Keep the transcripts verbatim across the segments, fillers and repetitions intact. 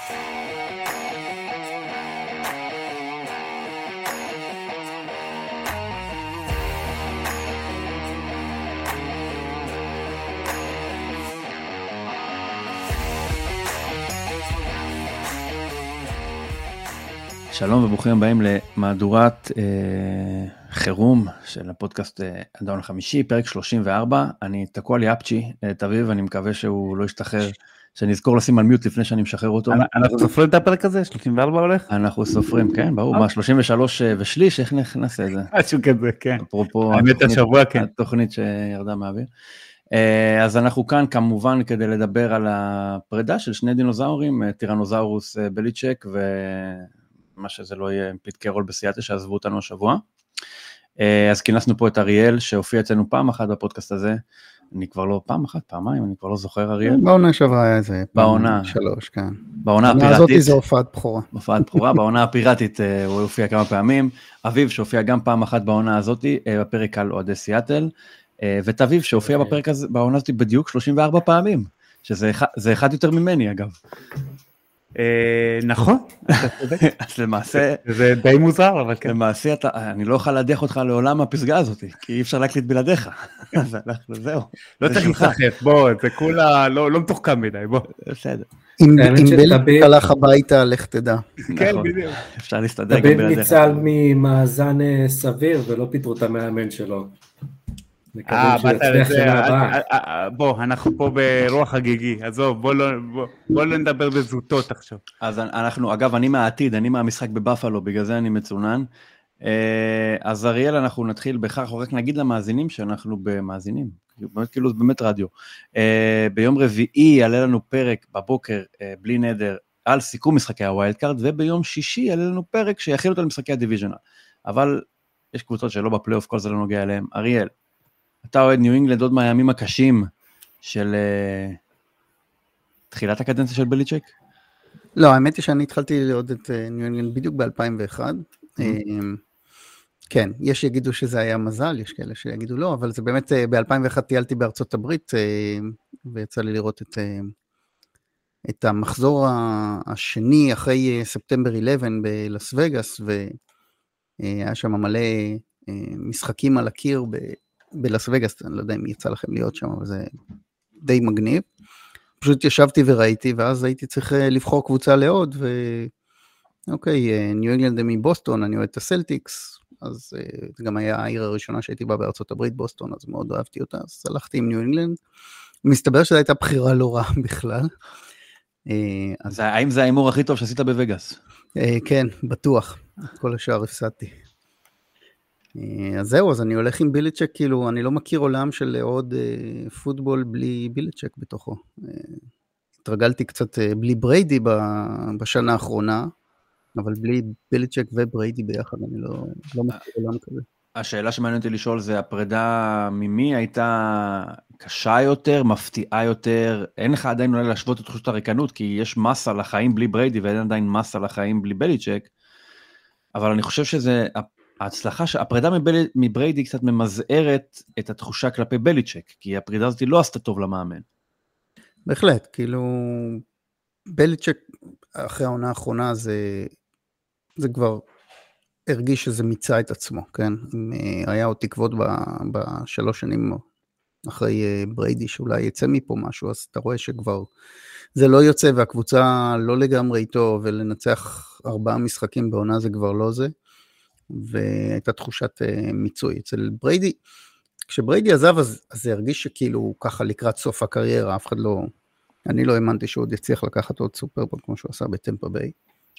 שלום וברוכים הבאים למהדורת אה, חירום של הפודקאסט אה, הדאון החמישי, פרק שלושים וארבע. אני תקוע לי אפצ'י, אה, תביב, אני מקווה שהוא לא ישתחרר, שנזכור לשים על מיוט לפני שאני משחרר אותו. אנחנו סופרים את הפרק הזה? שלושים וארבע הולך? אנחנו סופרים, כן, ברור, מה, שלושים ושלוש ושליש, איך נכנס את זה? משהו כזה, כן. אפרופו האמת השבוע, כן. התוכנית שירדה מהאוויר. אז אנחנו כאן כמובן כדי לדבר על הפרידה של שני דינוזאורים, טירנוזאורוס בליצ'ק ו... מה שזה לא יהיה פתקי רול בסיאטה שעזבו אותנו השבוע. אז כינסנו פה את אריאל, שהופיע אצלנו פעם אחת בפודקאסט הזה, אני כבר לא, פעם אחת, פעמיים, אני כבר לא זוכר אריאל. בעונה שעברה היה איזה בעונה, שלוש, כן. בעונה הפיראטית. הזאת זה הופעת בחורה. הופעת בחורה, בעונה הפיראטית הוא הופיע כמה פעמים, אביב שהופיע גם פעם אחת בעונה הזאת, בפרק על אוהדי סיאטל, ותביב שהופיע בפרק הזה, בעונה הזאת בדיוק שלושים וארבע פעמים, שזה אחד יותר ממני אגב. נכון, אז למעשה, זה די מוזר, אבל כן. למעשה אני לא אוכל להדיח אותך לעולם הפסגה הזאת, כי אי אפשר להקליט בלעדיך, אז זהו. לא צריך להסחף, בוא, זה כולה לא מתוחכם מדי, בוא. בסדר. אם בלעדיך הלך הביתה, לך תדע. כן, בדיוק. אפשר להסתדר גם בלעדיך. דוד ניצל ממאזן סביר, ולא פיתרו את המאמן שלו. אה, באת לזה, בוא, אנחנו פה ברוח חגיגי, עזוב, בוא לא נדבר בזוטות עכשיו. אז אנחנו, אגב, אני מהעתיד, אני מהמשחק בבאפלו, בגלל זה אני מצונן. אז אריאל, אנחנו נתחיל בכך, רק נגיד למאזינים שאנחנו במאזינים, באמת כאילו, זה באמת רדיו. ביום רביעי יעלה לנו פרק בבוקר, בלי נדר, על סיכום משחקי הווילד קארד, וביום שישי יעלה לנו פרק שיכיל אותו למשחקי הדיוויז'נל. אבל יש קבוצות שלא בפלייאוף, כל זה לא נוגע אליהם. אריאל, אתה אוהד ניו אינגלנד עוד מהימים הקשים של uh, תחילת הקדנציה של בליצ'ק? לא, האמת היא שאני התחלתי לראות את ניו אינגלנד בדיוק ב-אלפיים ואחת. Mm-hmm. כן, יש שיגידו שזה היה מזל, יש כאלה שיגידו לא, אבל זה באמת, ב-אלפיים ואחת טיילתי בארצות הברית, ויצא לי לראות את, את המחזור השני אחרי ספטמבר אחת עשר בלס וגאס, והיה שם מלא משחקים על הקיר ב... בלס וגאס, אני לא יודע אם יצא לכם להיות שם, אבל זה די מגניב. פשוט ישבתי וראיתי, ואז הייתי צריך לבחור קבוצה לעוד, ואוקיי, ניו אינגלנד מבוסטון, אני אוהד את הסלטיקס, אז זה גם היה העיר הראשונה שהייתי בה בארצות הברית, בוסטון, אז מאוד אהבתי אותה, אז הלכתי עם ניו אינגלנד. מסתבר שזו הייתה בחירה לא רעה בכלל. אז האם זה האימור הכי טוב שעשית בווגאס? כן, בטוח. כל השאר הפסדתי. אז זהו, אז אני הולך עם ביליצ'ק, כאילו, אני לא מכיר עולם של עוד אה, פוטבול בלי ביליצ'ק בתוכו. אה, התרגלתי קצת אה, בלי בריידי ב, בשנה האחרונה, אבל בלי ביליצ'ק ובריידי ביחד, אני לא, לא מכיר עולם כזה. השאלה שמעניין אותי לשאול זה, הפרידה ממי הייתה קשה יותר, מפתיעה יותר, אין לך עדיין אולי להשוות את תחושת הריקנות, כי יש מסה לחיים בלי בריידי, ואין עדיין מסה לחיים בלי ביליצ'ק, אבל אני חושב שזה... ההצלחה, הפרידה מבריידי קצת ממזערת את התחושה כלפי בליצ'ק, כי הפרידה הזאת לא עשתה טוב למאמן. בהחלט, כאילו, בליצ'ק אחרי העונה האחרונה זה, זה כבר הרגיש שזה מיצה את עצמו, כן? היה עוד תקוות בשלוש שנים אחרי בריידי שאולי יצא מפה משהו, אז אתה רואה שכבר זה לא יוצא והקבוצה לא לגמרי איתו, ולנצח ארבעה משחקים בעונה זה כבר לא זה. והייתה תחושת uh, מיצוי אצל בריידי, כשבריידי עזב אז, אז זה הרגיש שכאילו ככה לקראת סוף הקריירה, אף אחד לא, אני לא האמנתי שהוא עוד יצליח לקחת עוד סופרבול כמו שהוא עשה בטמפה ביי.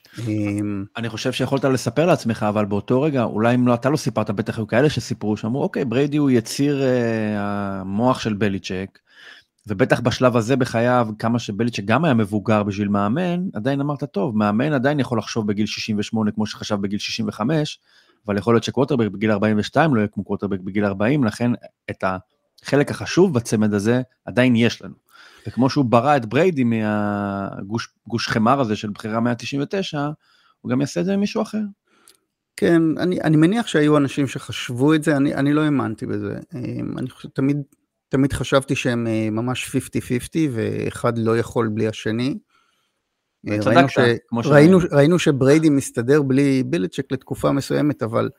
אני חושב שיכולת לספר לעצמך, אבל באותו רגע, אולי אם לא, אתה לא סיפרת, בטח היו כאלה שסיפרו, שאמרו, אוקיי, בריידי הוא יציר uh, המוח של בליצ'ק, ובטח בשלב הזה בחייו, כמה שבליצ'ק גם היה מבוגר בשביל מאמן, עדיין אמרת טוב, מאמן עדיין יכול לחשוב בגיל שישים ושמונה, כמו שחשב בגיל שישים וחמש, אבל יכול להיות שקווטרבק בגיל ארבעים ושתיים לא יהיה כמו קווטרבק בגיל ארבעים, לכן את החלק החשוב בצמד הזה עדיין יש לנו. וכמו שהוא ברא את בריידי מהגוש חמר הזה של בחירה מאה תשעים ותשע, הוא גם יעשה את זה ממישהו אחר. כן, אני, אני מניח שהיו אנשים שחשבו את זה, אני, אני לא האמנתי בזה. אני חושב, תמיד, תמיד חשבתי שהם ממש חמישים חמישים, ואחד לא יכול בלי השני. ראינו, ש... ראינו, ראינו שבריידי מסתדר בלי בליצ'ק לתקופה מסוימת, אבל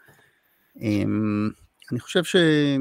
אני חושב ש...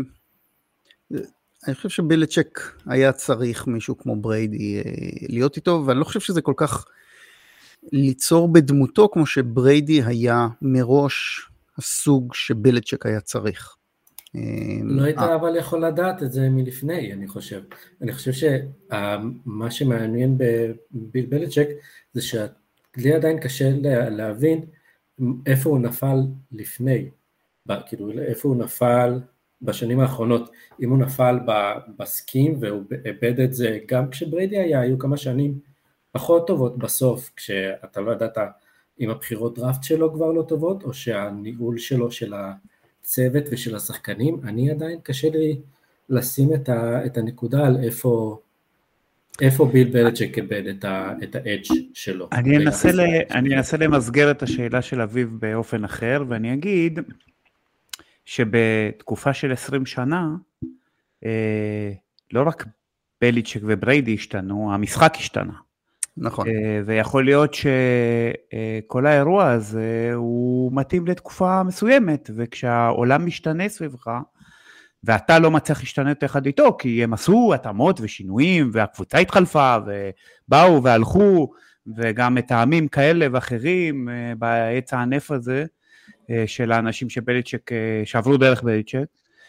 אני חושב שבליצ'ק היה צריך מישהו כמו בריידי להיות איתו, ואני לא חושב שזה כל כך ליצור בדמותו, כמו שבריידי היה מראש הסוג שבליצ'ק היה צריך. לא היית אבל יכול לדעת את זה מלפני, אני חושב. אני חושב שמה שמעניין בביל בליצ'ק, זה שלי עדיין קשה להבין איפה הוא נפל לפני, כאילו איפה הוא נפל בשנים האחרונות, אם הוא נפל בסקים והוא איבד את זה, גם כשבריידי היה, היו כמה שנים פחות טובות בסוף, כשאתה לא ידעת אם הבחירות דראפט שלו כבר לא טובות, או שהניהול שלו של הצוות ושל השחקנים, אני עדיין קשה לי לשים את, ה, את הנקודה על איפה, איפה ביל בליצ'ק איבד את ה-edge שלו. אני אנסה, ל, אני אנסה למסגר את השאלה של אביב באופן אחר, ואני אגיד שבתקופה של עשרים שנה, אה, לא רק בליצ'ק ובריידי השתנו, המשחק השתנה. נכון. ויכול להיות שכל האירוע הזה הוא מתאים לתקופה מסוימת, וכשהעולם משתנה סביבך, ואתה לא מצליח להשתנות אחד איתו, כי הם עשו התאמות ושינויים, והקבוצה התחלפה, ובאו והלכו, וגם מטעמים כאלה ואחרים, בעץ הענף הזה, של האנשים שבליצ'ק, שעברו דרך בליצ'ק,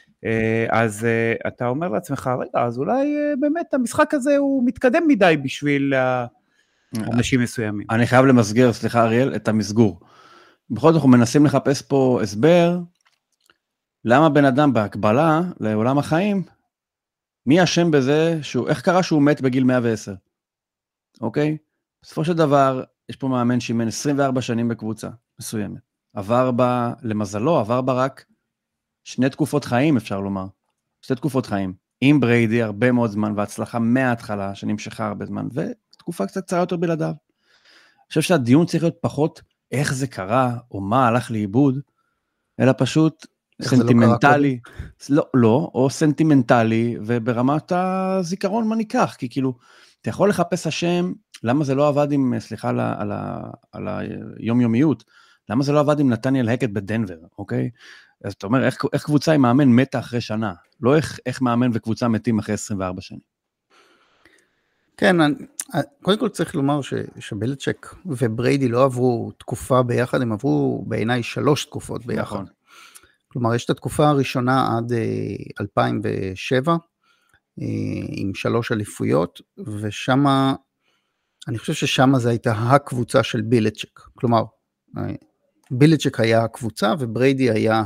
אז אתה אומר לעצמך, רגע, אז אולי באמת המשחק הזה הוא מתקדם מדי בשביל אנשים מסוימים. אני חייב למסגר, סליחה אריאל, את המסגור. בכל זאת אנחנו מנסים לחפש פה הסבר, למה בן אדם בהקבלה לעולם החיים, מי אשם בזה, שהוא, איך קרה שהוא מת בגיל מאה ועשר? אוקיי? בסופו של דבר, יש פה מאמן שאימן עשרים וארבע שנים בקבוצה מסוימת. עבר בה, למזלו, עבר בה רק שני תקופות חיים, אפשר לומר. שתי תקופות חיים. עם בריידי הרבה מאוד זמן, והצלחה מההתחלה, שנמשכה הרבה זמן, ותקופה קצת קצרה יותר בלעדיו. אני חושב שהדיון צריך להיות פחות איך זה קרה, או מה הלך לאיבוד, אלא פשוט סנטימנטלי. לא, לא, או סנטימנטלי, וברמת הזיכרון מה ניקח, כי כאילו, אתה יכול לחפש השם, למה זה לא עבד עם, סליחה על, על, על היומיומיות, למה זה לא עבד עם נתניאל הקט בדנבר, אוקיי? אז אתה אומר, איך, איך קבוצה עם מאמן מתה אחרי שנה? לא איך, איך מאמן וקבוצה מתים אחרי עשרים וארבע שנים. כן, אני, קודם כל צריך לומר ש, שבליצ'ק ובריידי לא עברו תקופה ביחד, הם עברו בעיניי שלוש תקופות ביחד. נכון. כלומר, יש את התקופה הראשונה עד אלפיים ושבע, עם שלוש אליפויות, ושמה, אני חושב ששמה זה הייתה הקבוצה של בליצ'ק. כלומר, בליצ'ק היה הקבוצה, ובריידי היה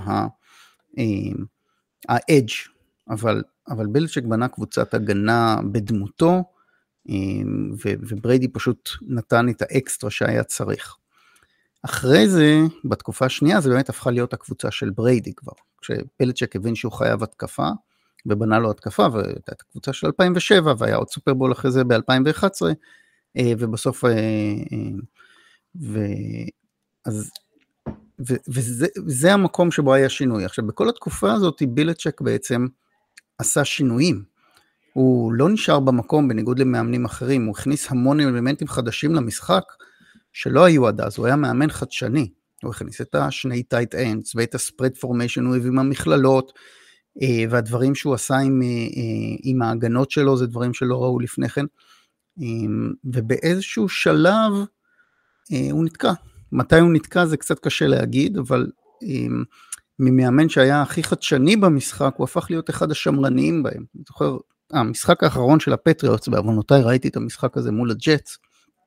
ה-edge, אבל, אבל בליצ'ק בנה קבוצת הגנה בדמותו, ובריידי פשוט נתן את האקסטרה שהיה צריך. אחרי זה, בתקופה השנייה, זה באמת הפכה להיות הקבוצה של בריידי כבר, כשבליצ'ק הבין שהוא חייב התקפה, ובנה לו התקפה, והייתה את הקבוצה של אלפיים ושבע, והיה עוד סופרבול אחרי זה ב-אלפיים ואחת עשרה, ובסוף, ו... אז, ו... וזה, וזה המקום שבו היה שינוי. עכשיו, בכל התקופה הזאת, בליצ'ק בעצם עשה שינויים. הוא לא נשאר במקום בניגוד למאמנים אחרים, הוא הכניס המון אלמנטים חדשים למשחק, שלא היו עד אז, הוא היה מאמן חדשני, הוא הכניס את השני טייט אנדס, ואת הספרד פורמיישן, הוא הביא עם המכללות, והדברים שהוא עשה עם, עם ההגנות שלו, זה דברים שלא ראו לפני כן, ובאיזשהו שלב, הוא נתקע, מתי הוא נתקע זה קצת קשה להגיד, אבל ממאמן שהיה הכי חדשני במשחק, הוא הפך להיות אחד השמרניים בהם, אני זוכר, המשחק האחרון של הפטריוטס, בעוונותיי ראיתי את המשחק הזה מול הג'טס,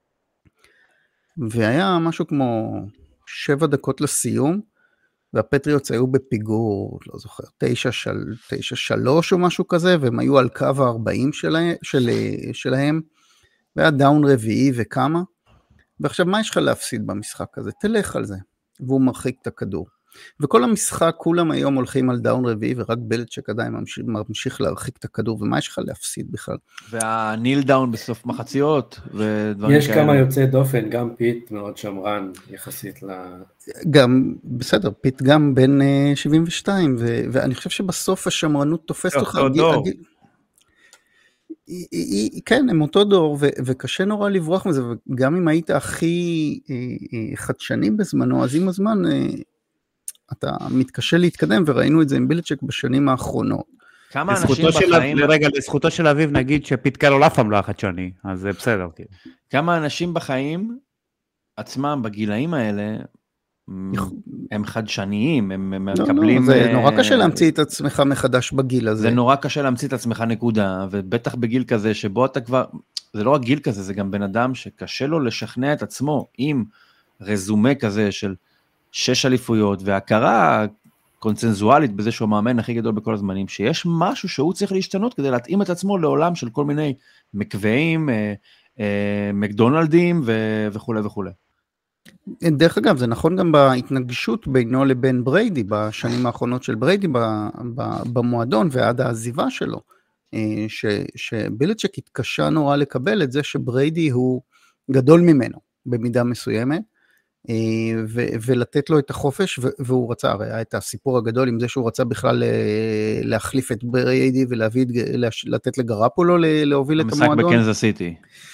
והיה משהו כמו שבע דקות לסיום, והפטריוטס היו בפיגור, לא זוכר, תשע, של, תשע שלוש או משהו כזה, והם היו על קו ה-ארבעים שלהם, של, שלהם, והיה דאון רביעי וכמה, ועכשיו מה יש לך להפסיד במשחק הזה? תלך על זה, והוא מרחיק את הכדור. וכל המשחק, כולם היום הולכים על דאון רביעי, ורק בליצ'ק עדיין ממשיך, ממשיך להרחיק את הכדור, ומה יש לך להפסיד בכלל? והניל דאון בסוף מחציות, ודברים יש כאלה. כמה יוצאי דופן, גם פיט מאוד שמרן, יחסית ל... גם, בסדר, פיט גם בין uh, שבעים ושתיים, ו- ואני חושב שבסוף השמרנות תופסת אותך. כן, הם אותו דור, וקשה נורא לברוח מזה, וגם אם היית הכי חדשני בזמנו, אז עם הזמן אתה מתקשה להתקדם, וראינו את זה עם בליצ'ק בשנים האחרונות. כמה אנשים בחיים... לרגע, לזכותו של אביב נגיד שפית קרול אף פעם לא החדשני, אז זה בסדר. כמה אנשים בחיים עצמם בגילאים האלה, הם חדשניים, הם מקבלים... זה נורא קשה להמציא את עצמך מחדש בגיל הזה. זה נורא קשה להמציא את עצמך נקודה, ובטח בגיל כזה שבו אתה כבר... זה לא רק גיל כזה, זה גם בן אדם שקשה לו לשכנע את עצמו עם רזומה כזה של שש אליפויות, והכרה קונצנזואלית בזה שהוא המאמן הכי גדול בכל הזמנים, שיש משהו שהוא צריך להשתנות כדי להתאים את עצמו לעולם של כל מיני מקוואים, מקדונלדים וכו' וכו'. דרך אגב, זה נכון גם בהתנגשות בינו לבין בריידי, בשנים האחרונות של בריידי במועדון ועד העזיבה שלו, ש, שבליצ'ק התקשה נורא לקבל את זה שבריידי הוא גדול ממנו במידה מסוימת, ו, ולתת לו את החופש, ו, והוא רצה, הרי היה את הסיפור הגדול עם זה שהוא רצה בכלל להחליף את בריידי ולהביא, לתת לגרפולו להוביל את המועדון. המשחק בקנזס סיטי.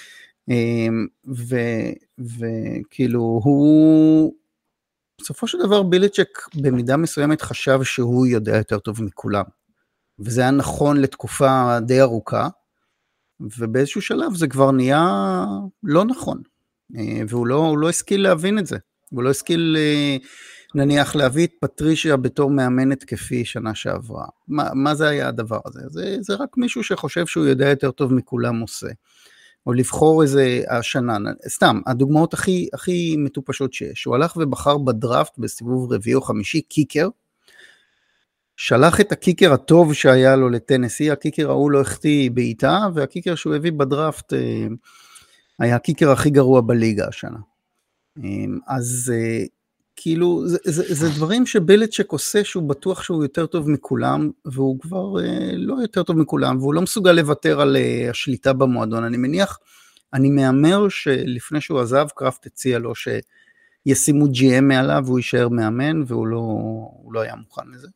וכאילו הוא, בסופו של דבר בליצ'ק במידה מסוימת חשב שהוא יודע יותר טוב מכולם, וזה היה נכון לתקופה די ארוכה, ובאיזשהו שלב זה כבר נהיה לא נכון, והוא לא, הוא לא השכיל להבין את זה, הוא לא השכיל נניח להביא את פטרישיה בתור מאמנת כפי שנה שעברה. מה, מה זה היה הדבר הזה? זה, זה רק מישהו שחושב שהוא יודע יותר טוב מכולם עושה. או לבחור איזה השנה, סתם, הדוגמאות הכי, הכי מטופשות שיש, הוא הלך ובחר בדראפט בסיבוב רביעי או חמישי קיקר, שלח את הקיקר הטוב שהיה לו לטנסי, הקיקר ההוא לא החטיא בעיטה, והקיקר שהוא הביא בדראפט היה הקיקר הכי גרוע בליגה השנה. אז כאילו, זה, זה, זה דברים שבליצ'ק עושה שהוא בטוח שהוא יותר טוב מכולם, והוא כבר אה, לא יותר טוב מכולם, והוא לא מסוגל לוותר על אה, השליטה במועדון. אני מניח, אני מאמר שלפני שהוא עזב, קראפט הציע לו שישימו ג'י אם מעליו, והוא יישאר מאמן, והוא לא, הוא לא היה מוכן לזה.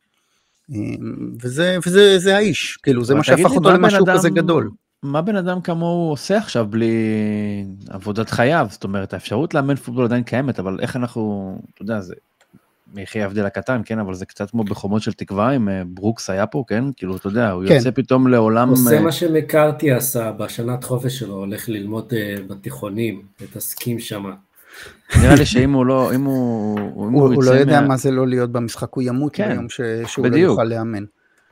וזה, וזה זה האיש, כאילו, זה מה שהפך אותו למשהו אדם, כזה גדול. מה בן אדם כמוהו עושה עכשיו בלי עבודת חייו? זאת אומרת, האפשרות לאמן פוטבול עדיין קיימת, אבל איך אנחנו, אתה יודע, זה מייחי הבדל הקטן, כן, אבל זה קצת כמו בחומות של תקווה, אם ברוקס היה פה, כן, כאילו, אתה יודע, הוא כן. יוצא פתאום לעולם... עושה מה שמקארתי עשה בשנת חופש שלו, הולך ללמוד בתיכונים, ותסכים שמה. נראה לי שאם הוא לא, אם הוא... הוא, הוא לא יודע מה... מה זה לא להיות במשחק, הוא ימות כן, ביום ש... שהוא בדיוק. לא יוכל לאמן.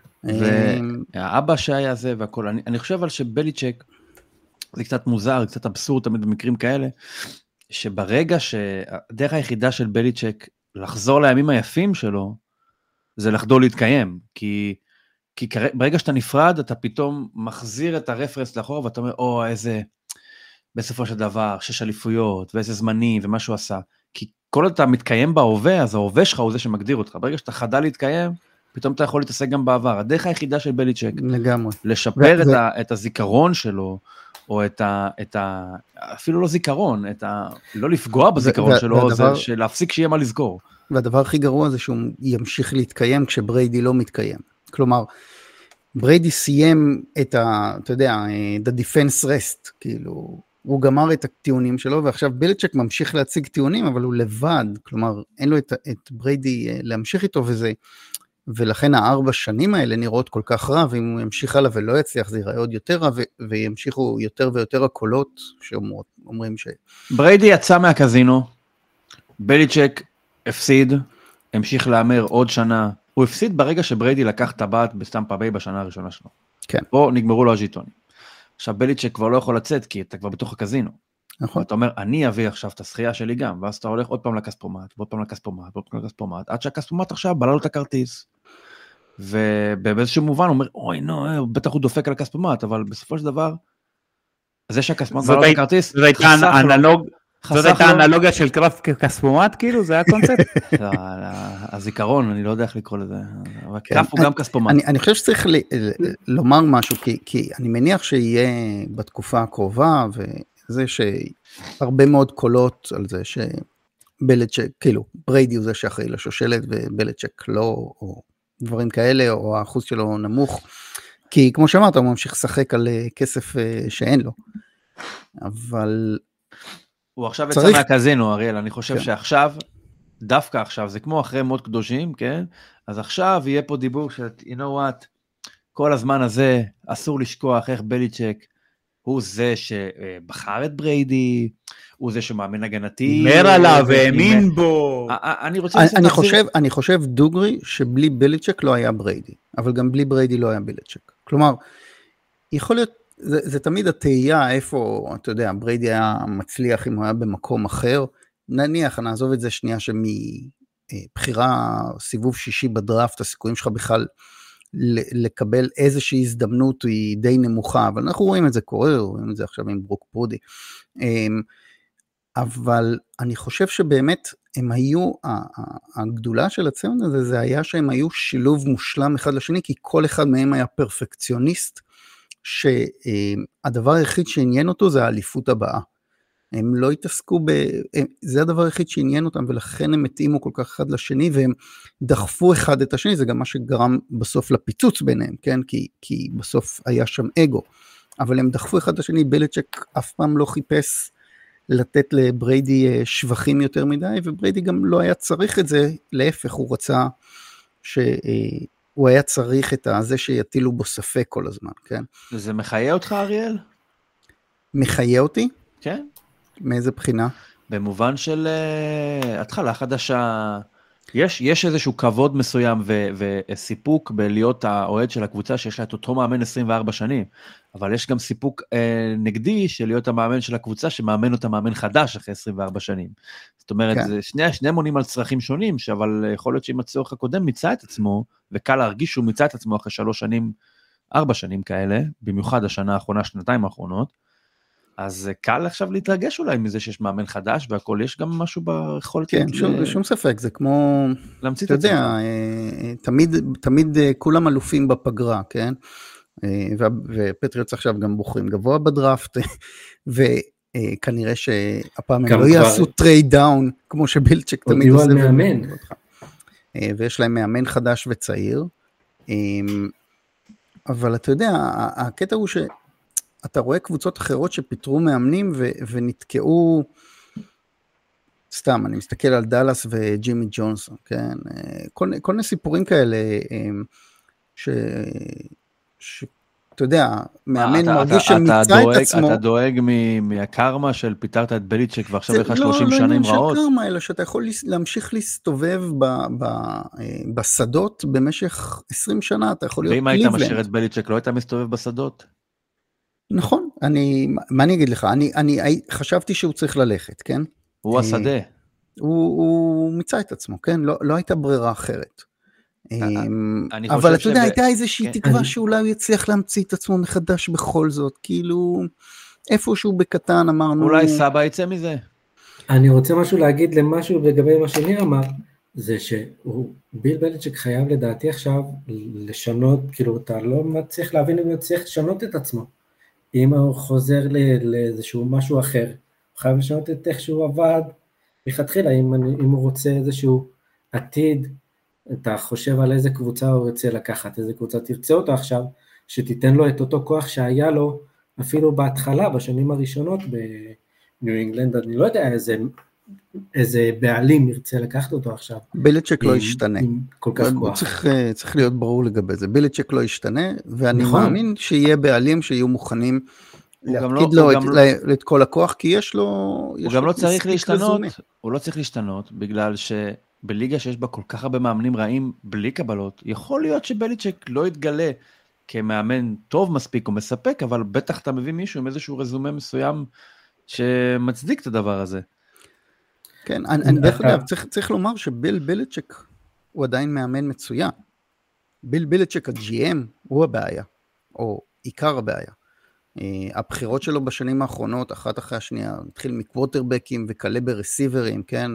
והאבא שהיה זה והכל, אני, אני חושב על שבליצ'ק, זה קצת מוזר, קצת אבסורד תמיד במקרים כאלה, שברגע שהדרך היחידה של בליצ'ק לחזור לימים היפים שלו, זה לחדול להתקיים, כי, כי ברגע שאתה נפרד, אתה פתאום מחזיר את הרפרנס לאחור, ואתה אומר, או איזה, בסופו של דבר, שש אליפויות, ואיזה זמנים, ומה שהוא עשה, כי כל עוד אתה מתקיים בהווה, אז ההווה שלך הוא זה שמגדיר אותך, ברגע שאתה חדל להתקיים, פתאום אתה יכול להתעסק גם בעבר. הדרך היחידה של בליצ'ק, לגמרי. לשפר את, ה, את הזיכרון שלו, או את ה, את ה... אפילו לא זיכרון, את ה... לא לפגוע בזיכרון ו- שלו, והדבר, זה להפסיק שיהיה מה לזכור. והדבר הכי גרוע זה שהוא ימשיך להתקיים כשבריידי לא מתקיים. כלומר, בריידי סיים את ה... אתה יודע, the defense rest, כאילו, הוא גמר את הטיעונים שלו, ועכשיו בליצ'ק ממשיך להציג טיעונים, אבל הוא לבד, כלומר, אין לו את, את בריידי להמשיך איתו, וזה... ולכן הארבע שנים האלה נראות כל כך רע, ואם הוא ימשיך הלאה ולא יצליח, זה ייראה עוד יותר רע, ו- וימשיכו יותר ויותר הקולות שאומרים ש... בריידי יצא מהקזינו, בליצ'ק הפסיד, המשיך לאמר עוד שנה, הוא הפסיד ברגע שבריידי לקח טבעת בסטמפה ביי בשנה הראשונה שלו. כן. פה נגמרו לו הז'יטונים. עכשיו בליצ'ק כבר לא יכול לצאת, כי אתה כבר בתוך הקזינו. נכון. אתה אומר, אני אביא עכשיו את השחייה שלי גם, ואז אתה הולך עוד פעם לכספומט, ועוד פעם לכספומט, ועוד פעם לכספומט, עד שהכספומט עכשיו בלה לו את הכרטיס. ובאיזשהו מובן הוא אומר, אוי, נו, בטח הוא דופק על הכספומט, אבל בסופו של דבר, זה שהכספומט בלה לו את הכרטיס, זאת הייתה אנלוגיה של קרב כספומט, כאילו, זה היה קונספט? הזיכרון, אני לא יודע איך לקרוא לזה, אבל קרב הוא גם כספומט. אני חושב שצריך לומר משהו, כי אני מניח שיהיה בתקופה הקרובה, וזה שהרבה מאוד קולות על זה שבליצ'ק, כאילו, בריידי הוא זה שאחראי לשושלת, ובליצ'ק לא, או דברים כאלה, או האחוז שלו נמוך. כי כמו שאמרת, הוא ממשיך לשחק על כסף שאין לו. אבל... הוא עכשיו יצא מהקזינו, אריאל, אני חושב שעכשיו, דווקא עכשיו, זה כמו אחרי מות קדושים, כן? אז עכשיו יהיה פה דיבור של, you know what, כל הזמן הזה, אסור לשכוח איך בליצ'ק, הוא זה שבחר את בריידי, הוא זה שמאמן הגנתי. הימר עליו והאמין בו. אני רוצה... אני חושב, אני חושב דוגרי שבלי בליצ'ק לא היה בריידי, אבל גם בלי בריידי לא היה בליצ'ק. כלומר, יכול להיות, זה, זה תמיד התהייה איפה, אתה יודע, בריידי היה מצליח אם הוא היה במקום אחר, נניח, נעזוב את זה שנייה שמבחירה סיבוב שישי בדראפט, הסיכויים שלך בכלל לקבל איזושהי הזדמנות היא די נמוכה, אבל אנחנו רואים את זה קורה, רואים את זה עכשיו עם ברוק פרודי, אבל אני חושב שבאמת הם היו, הגדולה של הצמד הזה, זה היה שהם היו שילוב מושלם אחד לשני, כי כל אחד מהם היה פרפקציוניסט, שהדבר היחיד שעניין אותו זה האליפות הבאה. הם לא התעסקו ב... זה הדבר היחיד שעניין אותם, ולכן הם התאימו כל כך אחד לשני, והם דחפו אחד את השני, זה גם מה שגרם בסוף לפיצוץ ביניהם, כן? כי, כי בסוף היה שם אגו, אבל הם דחפו אחד לשני, בליצ'ק אף פעם לא חיפש לתת לבריידי שבחים יותר מדי, ובריידי גם לא היה צריך את זה, להפך, הוא רצה שהוא היה צריך את זה שיטילו בו ספק כל הזמן, כן? זה מחיה אותך, אריאל? מחיה אותי? כן. מאיזה בחינה? במובן של uh, התחלה חדשה, יש, יש איזשהו כבוד מסוים ו, וסיפוק בלהיות האוהד של הקבוצה שיש לה את אותו מאמן עשרים וארבע שנים, אבל יש גם סיפוק uh, נגדי של להיות המאמן של הקבוצה שמאמן אותה מאמן חדש אחרי עשרים וארבע שנים. זאת אומרת, כן. זה שני, שני מונים על צרכים שונים, אבל יכול להיות שאם הצורך הקודם מיצה את עצמו, וקל להרגיש שהוא מיצה את עצמו אחרי שלוש שנים, ארבע שנים כאלה, במיוחד השנה האחרונה, שנתיים האחרונות, אז קל עכשיו להתרגש אולי מזה שיש מאמן חדש והכל, יש גם משהו ביכולת... כן, שום, שום ספק, זה כמו... אתה יודע, תמיד, תמיד כולם אלופים בפגרה, כן? ופטריוטס עכשיו גם בוחרים גבוה בדראפט, וכנראה שהפעם הם לא יעשו טרייד דאון, כמו שבילצ'ק תמיד עושה. מאמן. ויש להם מאמן חדש וצעיר, אבל אתה יודע, הקטע הוא ש... אתה רואה קבוצות אחרות שפיתרו מאמנים ו- ונתקעו, סתם, אני מסתכל על דלס וג'ימי ג'ונסון, כן? כל, כל מיני סיפורים כאלה, ש... ש... אתה יודע, מאמן מרגיש שמיצה את עצמו. אתה דואג מהקרמה של פיתרת את בליצ'ק ועכשיו יש לך שלושים שנים רעות? לא, לא, לא, קרמה, אלא שאתה יכול להמשיך להסתובב ב- ב- בשדות במשך עשרים שנה, אתה יכול להיות קליבלנד. ואם היית משאיר את בליצ'ק, לא היית מסתובב בשדות? נכון, אני, מה אני אגיד לך, אני, אני חשבתי שהוא צריך ללכת, כן? הוא השדה. הוא, הוא מיצה את עצמו, כן? לא, לא הייתה ברירה אחרת. אבל אתה יודע, הייתה איזושהי תקווה שאולי הוא יצליח להמציא את עצמו מחדש בכל זאת, כאילו, איפשהו בקטן אמרנו... אולי סבא יצא מזה. אני רוצה משהו להגיד למשהו לגבי מה שניר אמר, זה שהוא, ביל בליצ'ק חייב לדעתי עכשיו לשנות, כאילו אתה לא מצליח להבין אם הוא צריך לשנות את עצמו. אם הוא חוזר לאיזשהו משהו אחר, הוא חייב לשנות את איך שהוא עבד, בכתחילה, אם, אם הוא רוצה איזשהו עתיד, אתה חושב על איזה קבוצה הוא רוצה לקחת, איזה קבוצה תרצה אותו עכשיו, שתיתן לו את אותו כוח שהיה לו, אפילו בהתחלה, בשנים הראשונות בניו אינגלנד, אני לא יודע איזה, איזה בעלים ירצה לקחת אותו עכשיו. בליצ'ק לא ישתנה. כל כך כוח. צריך, צריך להיות ברור לגבי זה. בליצ'ק לא ישתנה, ואני נכון. מאמין שיהיה בעלים שיהיו מוכנים להפקיד לא, לו את, לא... את כל הכוח, כי יש לו... הוא יש גם לו לא צריך להשתנות, לזוני. הוא לא צריך להשתנות, בגלל שבליגה שיש בה כל כך הרבה מאמנים רעים בלי קבלות, יכול להיות שבליצ'ק לא יתגלה כמאמן טוב מספיק או מספק, אבל בטח אתה מביא מישהו עם איזשהו רזומה מסוים שמצדיק את הדבר הזה. כן, אני, אני דרך אגב, צריך, צריך לומר שביל בליצ'ק הוא עדיין מאמן מצוין. ביל בליצ'ק ה-ג'י אם הוא הבעיה, או עיקר הבעיה. הבחירות שלו בשנים האחרונות, אחת אחרי השנייה, התחיל מקווטרבקים וכלה ברסיברים, כן?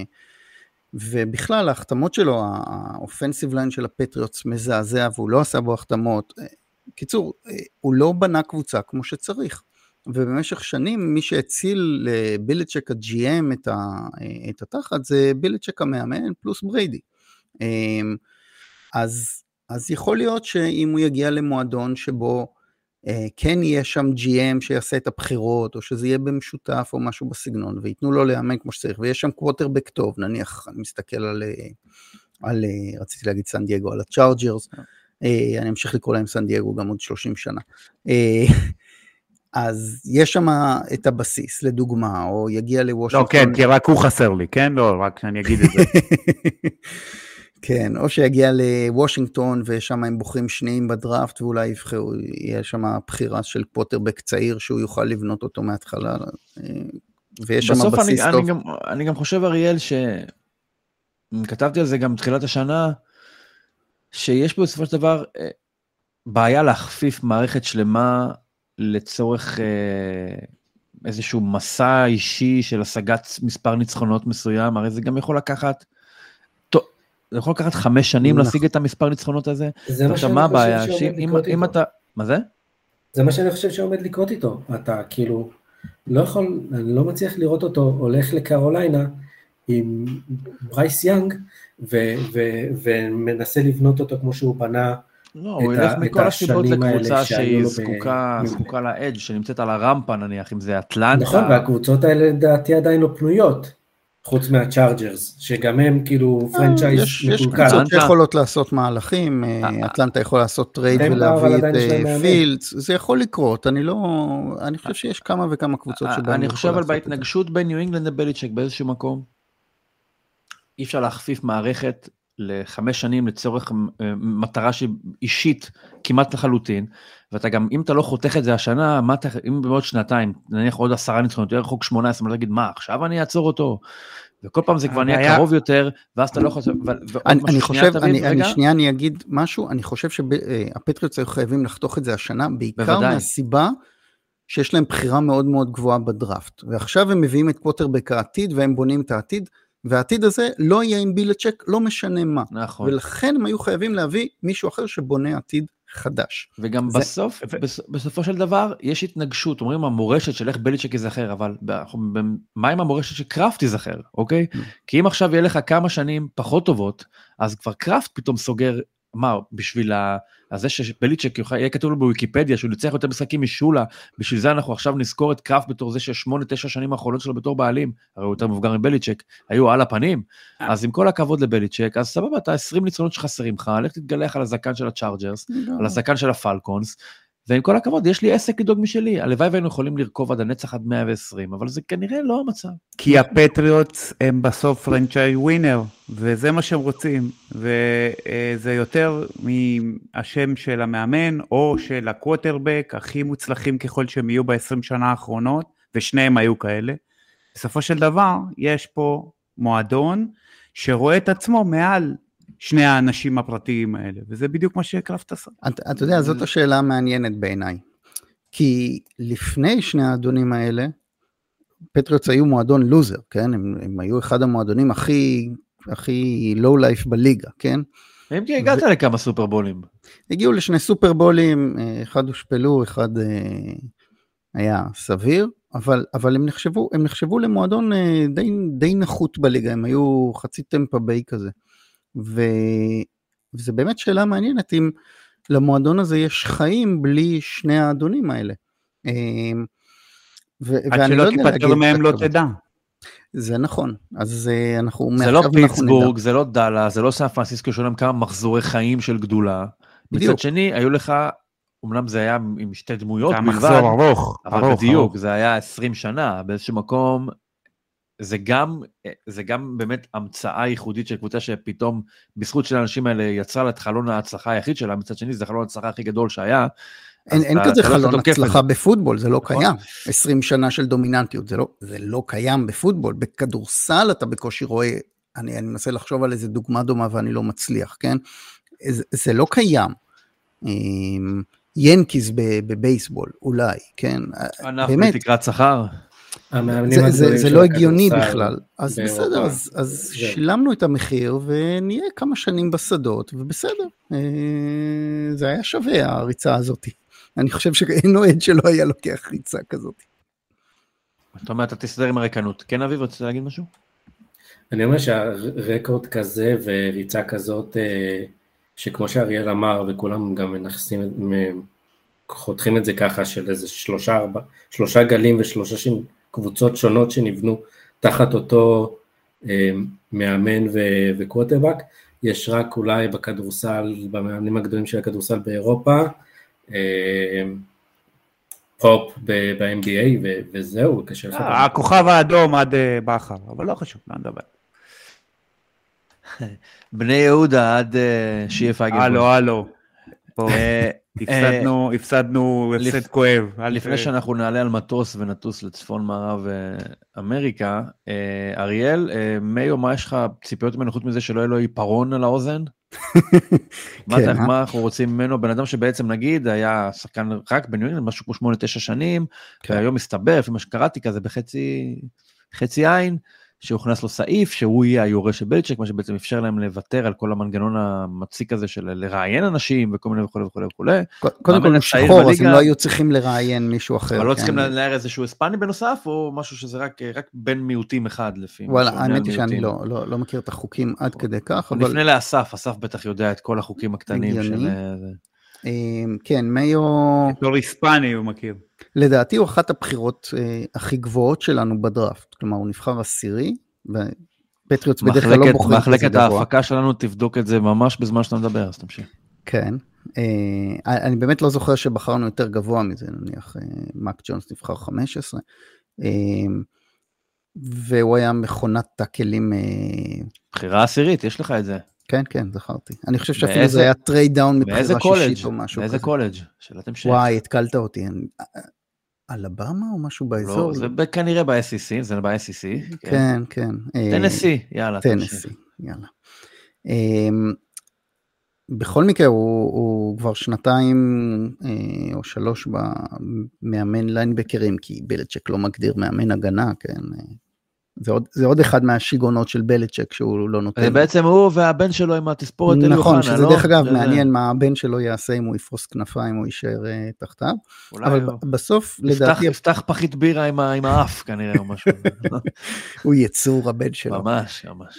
ובכלל, ההחתמות שלו, האופנסיב ליין של הפטריוטס מזעזע, והוא לא עשה בו החתמות. קיצור, הוא לא בנה קבוצה כמו שצריך. ובמשך שנים, מי שהציל לבליצ'ק ה-ג'י אם את, ה, את התחת, זה בליצ'ק המאמן פלוס בריידי. אז אז יכול להיות שאם הוא יגיע למועדון שבו אה, כן יהיה שם ג'י אם שיעשה את הבחירות, או שזה יהיה במשותף או משהו בסגנון, ויתנו לו לאמן כמו שצריך, ויש שם קווטרבק טוב, נניח אני מסתכל על, על רציתי להגיד סן דייגו, על הצ'ארג'רס, אה, אני אמשיך לקרוא להם סן דייגו גם עוד שלושים שנה, אה, אז יש שם את הבסיס, לדוגמה, או יגיע לוושינגטון. לא, כן, כי רק הוא חסר לי, כן? לא, רק שאני אגיד את זה. כן, או שיגיע לוושינגטון, ושם הם בוחרים שניים בדראפט, ואולי יבחרו, יהיה שם בחירה של פוטרבק צעיר, שהוא יוכל לבנות אותו מההתחלה, ויש שם בסיס אני, טוב. אני גם, אני גם חושב, אריאל, שכתבתי על זה גם בתחילת השנה, שיש בסופו של דבר בעיה להכפיף מערכת שלמה, לצורך איזשהו מסע אישי של השגת מספר ניצחונות מסוים, הרי זה גם יכול לקחת, זה יכול לקחת חמש שנים להשיג את המספר ניצחונות הזה. זה מה שאני חושב שעומד לקרות איתו. מה זה? זה מה שאני חושב שעומד לקרות איתו. אתה כאילו לא יכול, אני לא מצליח לראות אותו הולך לקרוליינה עם ברייס יאנג, ומנסה לבנות אותו כמו שהוא בנה, לא, הוא ילך מכל הסיבות לקבוצה שהיא זקוקה לאדג' שנמצאת על הרמפה נניח, אם זה אטלנטה. נכון, והקבוצות האלה לדעתי עדיין לא פנויות, חוץ מהצ'ארג'רס, שגם הם כאילו פרנצ'ייז מקולקל. יש קבוצות שיכולות לעשות מהלכים, אטלנטה יכול לעשות טרייד ולהביא את פילדס, זה יכול לקרות, אני לא, אני חושב שיש כמה וכמה קבוצות שבהם יכול לעשות את זה. אני חושב על בהתנגשות בין ניו אינגלנד לבליצ'ק באיזשהו מקום, אי אפשר להכפיף מערכת, לחמש שנים לצורך מטרה שהיא אישית כמעט לחלוטין, ואתה גם, אם אתה לא חותך את זה השנה, מה אתה, אם בעוד שנתיים, נניח עוד עשרה ניצחונות, יותר רחוק שמונה עשרה, אתה תגיד, מה, עכשיו אני אעצור אותו? וכל פעם זה כבר נהיה קרוב יותר, ואז אתה לא חושב, אני חושב, אני שנייה, אני אגיד משהו, אני חושב שהפטריוטס היו חייבים לחתוך את זה השנה, בעיקר מהסיבה שיש להם בחירה מאוד מאוד גבוהה בדראפט, ועכשיו הם מביאים את קווטרבק העתיד, והם בונים את העתיד, והעתיד הזה לא יהיה עם בילצ'ק, לא משנה מה. נכון. ולכן הם היו חייבים להביא מישהו אחר שבונה עתיד חדש. וגם זה... בסוף, ו... בסופו של דבר, יש התנגשות, אומרים המורשת של איך בילצ'ק יזכר, אבל מה עם המורשת שקראפט יזכר, אוקיי? Mm. כי אם עכשיו יהיה לך כמה שנים פחות טובות, אז כבר קראפט פתאום סוגר, מה, בשביל הזה שבליצ'ק יהיה כתוב לו בוויקיפדיה, שהוא ניצח יותר משחקים משולה, בשביל זה אנחנו עכשיו נזכור את קראפט בתור זה ששמונה, תשע שנים האחרונות שלו בתור בעלים, הרי הוא יותר מבוגר מבליצ'ק, היו על הפנים, אז עם כל הכבוד לבליצ'ק, אז סבבה, אתה עשרים ניצחונות שחסרים לך, לך תתגלח על הזקן של הצ'ארג'רס, על הזקן של הפלקונס, ועם כל הכבוד, יש לי עסק לדאוג משלי, הלוואי והיינו יכולים לרכוב עד הנצח עד מאה ועשרים, אבל זה כנראה לא המצב. כי הפטריוטס הם בסוף פרנצ'ייז ווינר, וזה מה שהם רוצים, וזה יותר מהשם של המאמן, או של הקווטרבק, הכי מוצלחים ככל שהם יהיו ב-עשרים שנה האחרונות, ושניהם היו כאלה. בסופו של דבר, יש פה מועדון, שרואה את עצמו מעל, שני האנשים הפרטיים האלה, וזה בדיוק מה שקראפט עשה. אתה, אתה יודע, זאת השאלה המעניינת בעיניי, כי לפני שני האדונים האלה, פטריוטס היו מועדון לוזר, כן? הם, הם היו אחד המועדונים הכי, הכי לואו לייף בליגה, כן? הם כי הגעת ו... לכמה סופרבולים. הגיעו לשני סופרבולים, אחד הושפלו, אחד היה סביר, אבל, אבל הם נחשבו, הם נחשבו למועדון די, די נחות בליגה, הם היו חצי טמפה ביי כזה. ו... וזה באמת שאלה מעניינת, אם למועדון הזה יש חיים בלי שני האדונים האלה. ו... עד שלא תיפטר מהם לא תדע. זה נכון, אז אנחנו... זה לא פיטסבורג, זה לא דאלה, זה לא סן פרנסיסקו, שלהם כמה מחזורי חיים של גדולה. בדיוק. מצד שני, היו לך, אומנם זה היה עם שתי דמויות בלבד, מחזור ארוך, אבל ארוך, בדיוק, ארוך. זה היה עשרים שנה, באיזשהו מקום, זה גם, זה גם באמת המצאה ייחודית של קבוצה שפתאום בזכות של האנשים האלה יצרה לה את חלון ההצלחה היחיד שלה, מצד שני זה חלון ההצלחה הכי גדול שהיה. אין, אין אתה, כזה אתה חלון הצלחה בפוטבול, זה לא נכון? קיים. עשרים שנה של דומיננטיות, זה לא, זה לא קיים בפוטבול. בכדורסל אתה בקושי רואה, אני, אני מנסה לחשוב על איזה דוגמה דומה ואני לא מצליח, כן? זה, זה לא קיים. ינקיז בבייסבול, אולי, כן? ענף בתקרת שכר. זה, זה, זה לא הגיוני בכלל, אז בסדר, אז, אז שילמנו את המחיר ונהיה כמה שנים בשדות, ובסדר, זה היה שווה הריצה הזאת. אני חושב שאין אוהד שלא היה לוקח ריצה כזאת. זאת אומרת, אתה תסדר עם הריקנות. כן, אביב, רוצה להגיד משהו? אני אומר שהרקורד כזה וריצה כזאת שכמו שאריאל אמר, וכולם גם מנחסים, חותכים את זה ככה, של איזה שלושה, ארבע, שלושה גלים ושלושה קבוצות שונות שנבנו תחת אותו אה, מאמן ו- וקווטרבק, יש רק אולי בכדורסל, במאמנים הגדולים של הכדורסל באירופה, אה, פופ ב-אם בי איי, ו- וזהו, קשה לך. הכוכב האדום עד בחר, אבל לא חשוב, לא נדבר. בני יהודה עד שיהיה פייגלבוים. הלו, הלו. הפסדנו, הפסדנו הפסד כואב. לפני שאנחנו נעלה על מטוס ונטוס לצפון מערב אמריקה, אריאל, מיו, מה יש לך ציפיות ממנו חוץ מזה שלא יהיה לו עיפרון על האוזן? מה אנחנו רוצים ממנו? בן אדם שבעצם נגיד היה שחקן רק בניו אינגלנד, משהו כמו שמונה תשע שנים, והיום מסתבר, לפי מה שקראתי כזה בחצי חצי עין, שהוכנס לו סעיף, שהוא יהיה היורש של בליצ'ק, מה שבעצם אפשר להם לוותר על כל המנגנון המציק הזה של לראיין אנשים, וכל מיני וכו' וכו' וכו'. קודם כל הוא שחור, אז הם לא היו צריכים לראיין מישהו אחר. אבל לא צריכים להער איזשהו הספני בנוסף, או משהו שזה רק בן מיעוטים אחד, לפי וואלה, האמת היא שאני לא מכיר את החוקים עד כדי כך, אבל... נפנה לאסף, אסף בטח יודע את כל החוקים הקטנים של... כן, מיו... בתור היספני הוא מכיר. לדעתי הוא אחת הבחירות אה, הכי גבוהות שלנו בדראפט, כלומר הוא נבחר עשירי, ופטריוטס בדרך כלל לא בוחרים כזה גבוה. מחלקת ההפקה שלנו תבדוק את זה ממש בזמן שאתה מדבר, אז תמשיך. כן, אה, אני באמת לא זוכר שבחרנו יותר גבוה מזה, נניח אה, מק ג'ונס נבחר חמש עשרה, אה, והוא היה מכונת טאקלים... אה, בחירה עשירית, יש לך את זה. כן, כן, זכרתי. אני חושב שאפילו זה היה טרייד דאון מבחירה שישית או משהו כזה. באיזה קולג'? שאלת המשך. וואי, התקלת אותי. אלבמה או משהו באזור? לא, זה כנראה ב-אס אי סי, זה ב-אס אי סי. כן, כן. טנסי, יאללה. טנסי, יאללה. בכל מקרה, הוא כבר שנתיים או שלוש במאמן ליינבקרים, כי בליצ'ק לא מגדיר מאמן הגנה, כן. זה עוד, זה עוד אחד מהשיגונות של בליצ'ק שהוא לא נותן. זה בעצם הוא והבן שלו עם התספורת אלי אוחנה, נכון, שזה דרך אגב מעניין מה הבן שלו יעשה אם הוא יפרוס כנפיים או יישאר תחתיו. אבל בסוף לדעתי... יפתח פחית בירה עם האף כנראה או משהו. הוא יצור הבן שלו. ממש, ממש.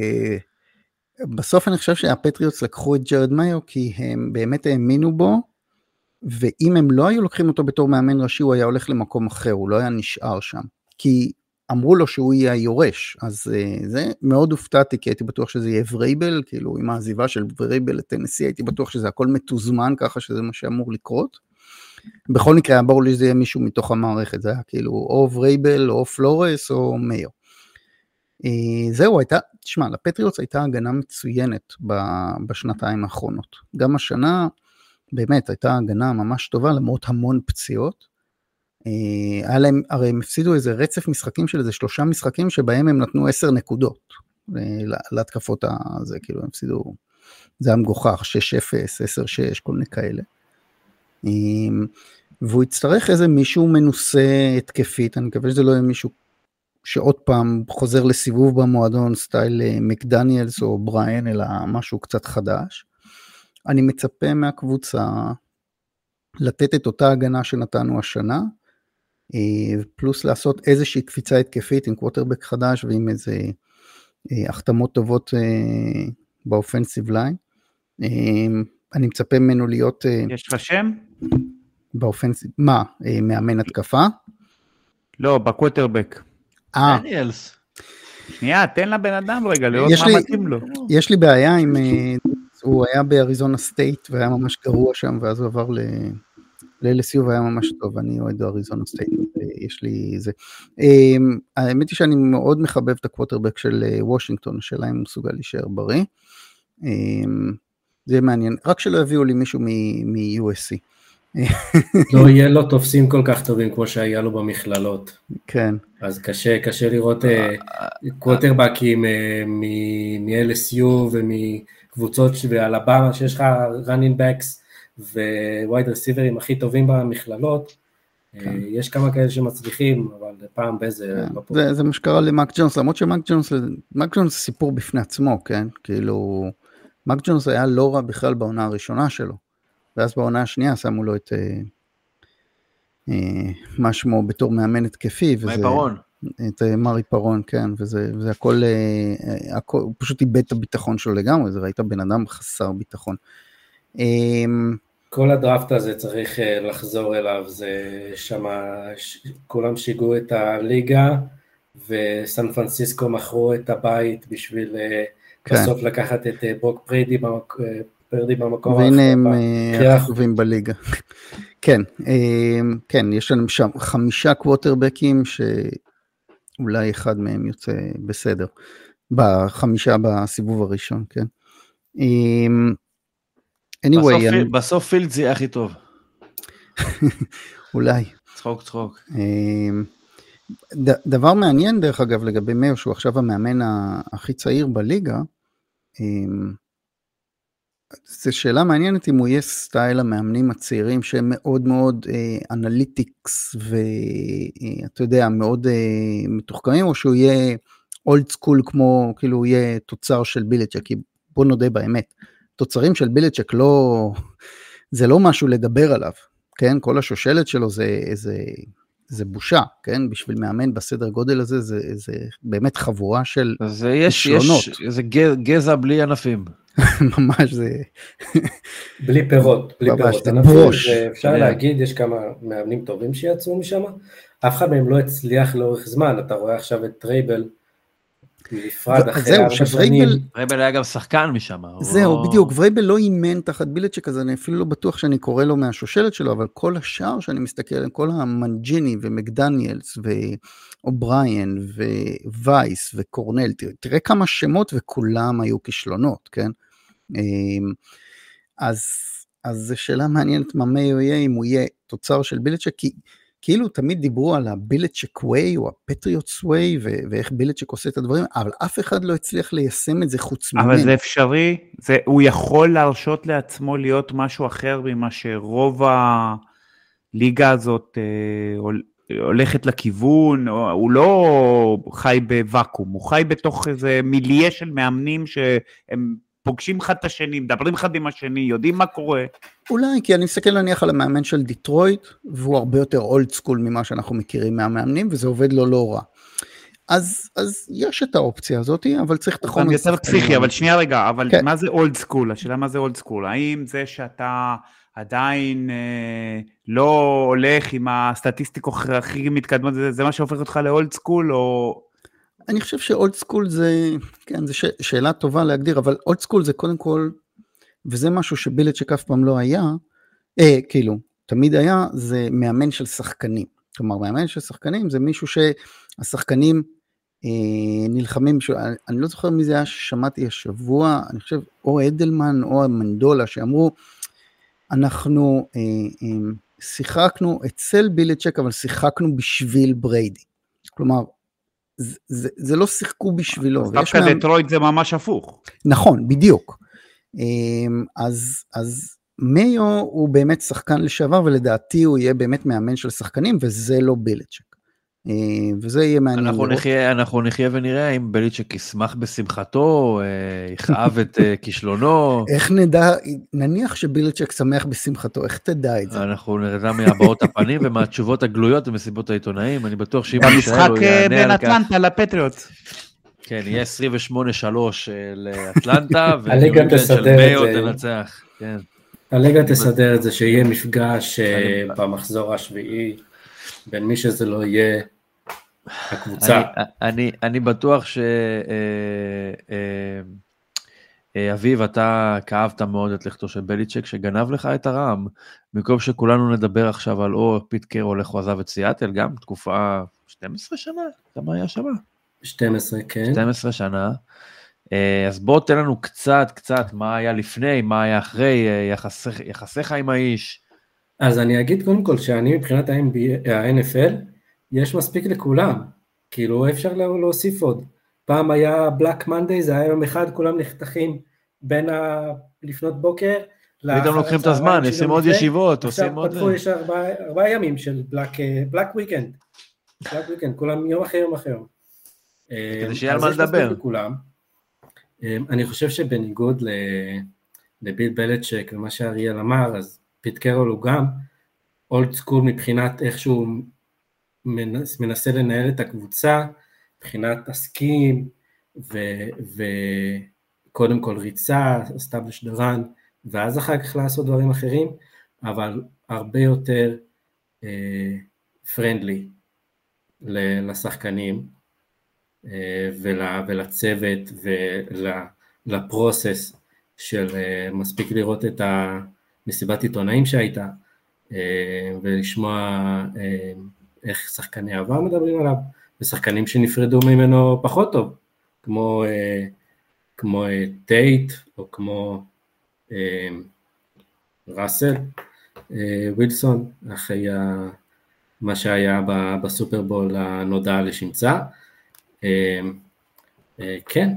בסוף אני חושב שהפטריוטס לקחו את ג'רד מיו כי הם באמת האמינו בו, ואם הם לא היו לוקחים אותו בתור מאמן ראשי, הוא היה הולך למקום אחר, הוא לא היה נשאר שם. כי אמרו לו שהוא יהיה היורש, אז זה מאוד הופתעתי, כי הייתי בטוח שזה יהיה ורייבל, כאילו עם העזיבה של ורייבל לטנסי, הייתי בטוח שזה הכל מתוזמן, ככה שזה מה שאמור לקרות. בכל מקרה, היה ברור לי שזה יהיה מישהו מתוך המערכת, זה היה כאילו או ורייבל, או פלורס, או מיו. זהו, הייתה, תשמע, לפטריוטס הייתה הגנה מצוינת בשנתיים האחרונות. גם השנה, באמת, הייתה הגנה ממש טובה, למרות המון פציעות. היה להם, הרי הם הפסידו איזה רצף משחקים של איזה שלושה משחקים, שבהם הם נתנו עשר נקודות, להתקפות הזה, כאילו הם הפסידו, זה היה מגוחך, שש אפס, עשר שש, כל מיני כאלה. והוא יצטרך איזה מישהו מנוסה התקפית, אני מקווה שזה לא יהיה מישהו, שעוד פעם חוזר לסיבוב במועדון, סטייל מקדניאלס או בריין, אלא משהו קצת חדש. אני מצפה מהקבוצה, לתת את אותה הגנה שנתנו השנה, פלוס לעשות איזושהי קפיצה התקפית עם קווטרבק חדש, ועם איזה החתמות טובות באופנסיב ליין. אני מצפה ממנו להיות... יש לך שם? באופנסיב... מה? מאמן התקפה? לא, בקווטרבק. אה. דניאלס. שנייה, תן לבן אדם רגע, לראות מה מתאים לו. יש לי בעיה עם... הוא היה באריזונה סטייט, והיה ממש גרוע שם, ואז הוא עבר ל... ל-אל אס יו והיה ממש טוב, אני אוהד אריזונה סטייט, יש לי זה. האמת היא שאני מאוד מחבב את הקווטרבק של וושינגטון, השאלה אם הוא מסוגל להישאר בריא. זה מעניין, רק שלא יביאו לי מישהו מ-יו אס סי. לא יהיה לו תופסים כל כך טובים כמו שהיה לו במכללות. כן. אז קשה, קשה לראות קווטרבקים מ-אל אס יו ומקבוצות באלבמה, שיש לך running backs, ווייד רסיברים הכי טובים במכללות, יש כמה כאלה שמצליחים, אבל פעם באיזה... זה מה שקרה למק ג'ונס, למרות שמק ג'ונס, מק ג'ונס זה סיפור בפני עצמו, כן? כאילו, מק ג'ונס היה לא רע בכלל בעונה הראשונה שלו, ואז בעונה השנייה שמו לו את מה שמו בתור מאמן התקפי. מה עיפרון? את מרי פרון, כן, וזה, וזה הכל, הכל, הוא פשוט איבד את הביטחון שלו לגמרי, זה ראית בן אדם חסר ביטחון. כל הדראפט הזה צריך לחזור אליו, זה שמה, כולם שיגעו את הליגה, וסן פרנסיסקו מכרו את הבית בשביל כן. בסוף לקחת את ברוק פריידי, פריידי במקום האחר. והנה הם החשובים בליגה. כן, כן, יש לנו שם חמישה קווטרבקים שאולי אחד מהם יוצא בסדר, בחמישה בסיבוב הראשון, כן. anyway, בסוף, אני... בסוף פילדס יהיה הכי טוב. אולי. צחוק, צחוק. ד, דבר מעניין דרך אגב לגבי מאו, שהוא עכשיו המאמן הכי צעיר בליגה, זו שאלה מעניינת אם הוא יהיה סטייל המאמנים הצעירים שהם מאוד מאוד אנליטיקס ואתה יודע מאוד מתוחכמים, או שהוא יהיה אולד סקול כמו כאילו הוא יהיה תוצר של בילצ'ק, כי בוא נודה באמת, תוצרים של בילצ'ק לא, זה לא משהו לדבר עליו, כן? כל השושלת שלו זה, זה, זה בושה, כן? בשביל מאמן בסדר גודל הזה, זה, זה באמת חבורה של כישלונות. זה גזע בלי ענפים. ממש זה... בלי פירות, בלי פירות. זה ברוש. אפשר להגיד, יש כמה מאמנים טובים שיצאו משם, אף אחד מהם לא הצליח לאורך זמן, אתה רואה עכשיו את טרייבל, נפרד אחרי ארבע שנים. ורייבל היה גם שחקן משם. זהו, בדיוק, ורייבל לא אימן תחת בילצ'ק, אז אני אפילו לא בטוח שאני קורא לו מהשושלת שלו, אבל כל השאר שאני מסתכל עליהם, כל המנג'יני ומקדניאלס ואובריין ווייס וקורנל, תראה כמה שמות וכולם היו כישלונות, כן? אז זו שאלה מעניינת מה מאו יהיה, אם הוא יהיה תוצר של בילצ'ק, כי כאילו תמיד דיברו על הבילצ'ק ווי, או הפטריוטס ווי, ואיך בילצ'ק עושה את הדברים, אבל אף אחד לא הצליח ליישם את זה חוץ ממנו. אבל זה אפשרי, זה, הוא יכול להרשות לעצמו להיות משהו אחר, ממה שרוב הליגה הזאת אה, הולכת לכיוון, הוא לא חי בוואקום, הוא חי בתוך איזה מיליה של מאמנים שהם פוגשים אחד את השני, מדברים אחד עם השני, יודעים מה קורה. אולי, כי אני מסתכל להניח על המאמן של דיטרויט, והוא הרבה יותר אולד סקול ממה שאנחנו מכירים מהמאמנים, וזה עובד לו לא רע. אז, אז יש את האופציה הזאת, אבל צריך את החומר. זה יותר פסיכי, אבל שנייה רגע, אבל כן. מה זה אולד סקול? השאלה מה זה אולד סקול? האם זה שאתה עדיין אה, לא הולך עם הסטטיסטיקו הכי מתקדמות, זה, זה מה שהופך אותך לאולד סקול, או... אני חושב שאולד סקול זה, כן, זו שאלה טובה להגדיר, אבל אולד סקול זה קודם כל, וזה משהו שבילצ'ק אף פעם לא היה, אה, כאילו, תמיד היה, זה מאמן של שחקנים. כלומר, מאמן של שחקנים זה מישהו שהשחקנים אה, נלחמים, אני, אני לא זוכר מי זה היה ששמעתי השבוע, אני חושב, או אדלמן או המנדולה, שאמרו, אנחנו אה, אה, שיחקנו אצל בילצ'ק, אבל שיחקנו בשביל בריידי. כלומר, זה, זה, זה לא שיחקו בשבילו. דווקא מה... דטרויט זה ממש הפוך. נכון, בדיוק. אז, אז מאו הוא באמת שחקן לשעבר, ולדעתי הוא יהיה באמת מאמן של שחקנים, וזה לא בילצ'ק. וזה יהיה מעניין. אנחנו נחיה, אנחנו נחיה ונראה אם בילצ'ק ישמח בשמחתו, יכאב את כישלונו. איך נדע, נניח שבילצ'ק שמח בשמחתו, איך תדע את זה? אנחנו נדע מהבעות הפנים ומהתשובות הגלויות ומסיבות העיתונאים, אני בטוח שאם המשחק בין אטלנטה לפטריוטס. כן, יהיה עשרים ושמונה שלוש לאטלנטה, הליגה תסדר את זה. תנצח, כן. הליגה תסדר את זה, שיהיה מפגש במחזור השביעי, בין מי שזה לא יהיה הקבוצה. אני, אני בטוח שאביב, אתה כאבת מאוד את לכתו של בליצ'ק, שגנב לך את הרם, במקום שכולנו נדבר עכשיו על או פיט קרו הולך או עזב את סיאטל, גם תקופה שתים עשרה שנה, כמה היה שמה? שתים עשרה, כן. שתים עשרה שנה. אז בוא תן לנו קצת, קצת, מה היה לפני, מה היה אחרי, יחסך, יחסך עם האיש. אז אני אגיד קודם כל, שאני מבחינת ה-אן אף אל, יש מספיק לכולם, כאילו אפשר להוסיף עוד. פעם היה בלק מנדי, זה היה יום אחד, כולם נחתכים בין ה... לפנות בוקר, פתאום לוקחים את הזמן, עושים עוד ישיבות, עושים עוד... עכשיו פתחו, יש ארבעה ימים של בלק וויקנד, בלק וויקנד, כולם יום אחרי יום אחרי יום. כדי שיהיה על מה לדבר. אני חושב שבניגוד לביל בלצ'ק ומה שאריאל אמר, אז פיט קרול הוא גם אולד סקול מבחינת איך שהוא מנסה לנהל את הקבוצה, מבחינת עסקים, וקודם כל ריצה, establish the run, ואז אחר כך לעשות דברים אחרים, אבל הרבה יותר friendly לשחקנים, ולצוות, ולפרוסס של מספיק לראות את המסיבת עיתונאים שהייתה, ולשמוע איך שחקני עבר מדברים עליו, ושחקנים שנפרדו ממנו פחות טוב, כמו, כמו טייט, או כמו ראסל ווילסון, אחרי מה שהיה בסופרבול הנודע לשמצה. כן,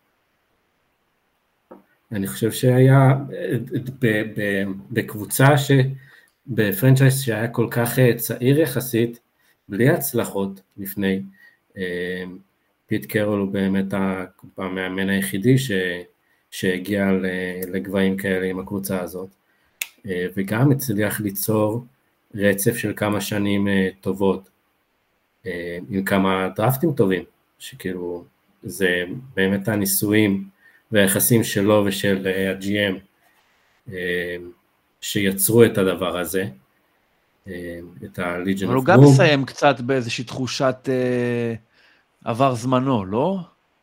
אני חושב שהיה בקבוצה, בפרנצ'ייז שהיה כל כך צעיר יחסית, בלי הצלחות לפני, פיט קרול הוא באמת המאמן היחידי שהגיע לגבהים כאלה עם הקבוצה הזאת, וגם הצליח ליצור רצף של כמה שנים טובות, עם כמה דרפטים טובים, שכאילו זה באמת הניסויים והיחסים שלו ושל ה-ג'י אם שיצרו את הדבר הזה, את ה-Legion of Boom. אבל הוא גם מסיים קצת באיזושהי תחושת עבר זמנו, לא?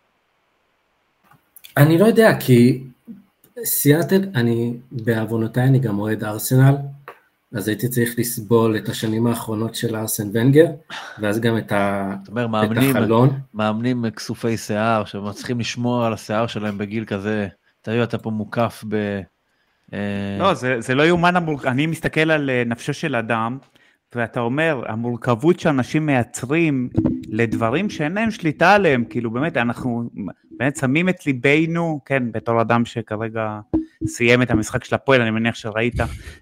אני לא יודע, כי סיאטל, אני בעוונותיי, אני גם אוהד ארסנל, אז הייתי צריך לסבול את השנים האחרונות של ארסן ונגר, ואז גם את החלון. מאמנים כסופי שיער, שמצליחים לשמור על השיער שלהם בגיל כזה, תראו, אתה פה מוקף ב... לא, זה לא יומן, אני מסתכל על נפשו של אדם, ואתה אומר, המורכבות שאנשים מייצרים לדברים שאין להם שליטה עליהם, כאילו באמת, אנחנו באמת שמים את ליבנו, כן, בתור אדם שכרגע סיים את המשחק של הפועל, אני מניח שראית,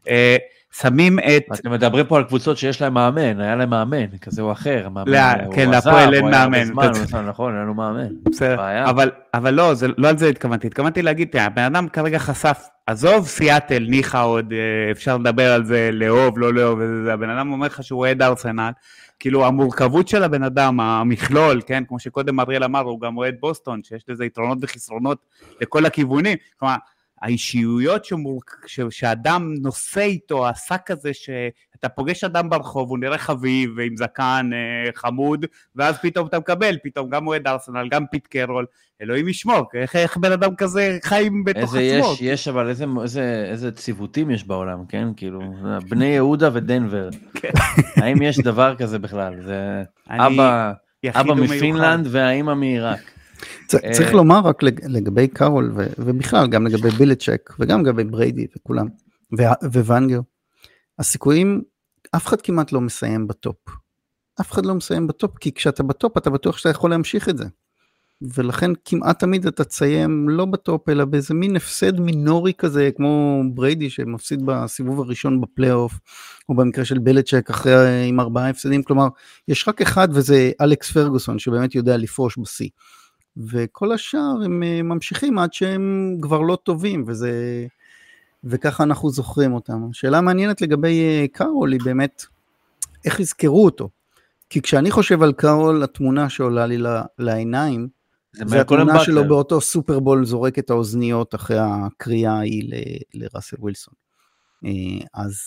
שמים את... אתם מדברים פה על קבוצות שיש להם מאמן, היה להם מאמן, כזה או אחר, כן, להפועל אין מאמן. נכון, אין לנו מאמן. אבל לא, לא על זה התכוונתי, התכוונתי להגיד, הבן אדם כרגע חשף, עזוב סיאטל, ניחה עוד, אפשר לדבר על זה, לאהוב, לא לאהוב, הבן אדם אומר לך שהוא אוהד ארסנל, כאילו המורכבות של הבן אדם, המכלול, כן, כמו שקודם אריאל אמר, הוא גם אוהד בוסטון, שיש לזה יתרונות וחסרונות לכל הכיוונים, כלומר, האישיויות שמורכ... ש... שאדם נושא איתו, השק הזה שאתה פוגש אדם ברחוב, הוא נראה חביב ועם זקן אה, חמוד, ואז פתאום אתה מקבל, פתאום גם אוהד ארסנל, גם פיט קרול, אלוהים ישמור, איך, איך בן אדם כזה חיים בתוך עצמו. יש, יש, אבל איזה, איזה, איזה ציוותים יש בעולם, כן? כאילו, בני יהודה ודנבר. האם יש דבר כזה בכלל? זה אבא, אבא מפינלנד והאמא מעיראק. צריך לומר רק לגבי קארול, ובכלל גם לגבי בילצ'ק, וגם לגבי בריידי וכולם, וונגר, הסיכויים, אף אחד כמעט לא מסיים בטופ. אף אחד לא מסיים בטופ, כי כשאתה בטופ, אתה בטוח שאתה יכול להמשיך את זה. ולכן כמעט תמיד אתה תסיים לא בטופ, אלא באיזה מין הפסד מינורי כזה, כמו בריידי שמפסיד בסיבוב הראשון בפלייאוף, או במקרה של בילצ'ק אחרי עם ארבעה הפסדים, כלומר, יש רק אחד, וזה אלכס פרגוסון, שבאמת יודע לפרוש בסי. וכל השאר הם ממשיכים עד שהם כבר לא טובים, וזה, וככה אנחנו זוכרים אותם. שאלה מעניינת לגבי קארול היא באמת, איך יזכרו אותו? כי כשאני חושב על קארול, התמונה שעולה לי לעיניים, זה, זה התמונה שלו באותו סופרבול זורק את האוזניות אחרי הקריאה ההיא לראסל ווילסון. אז,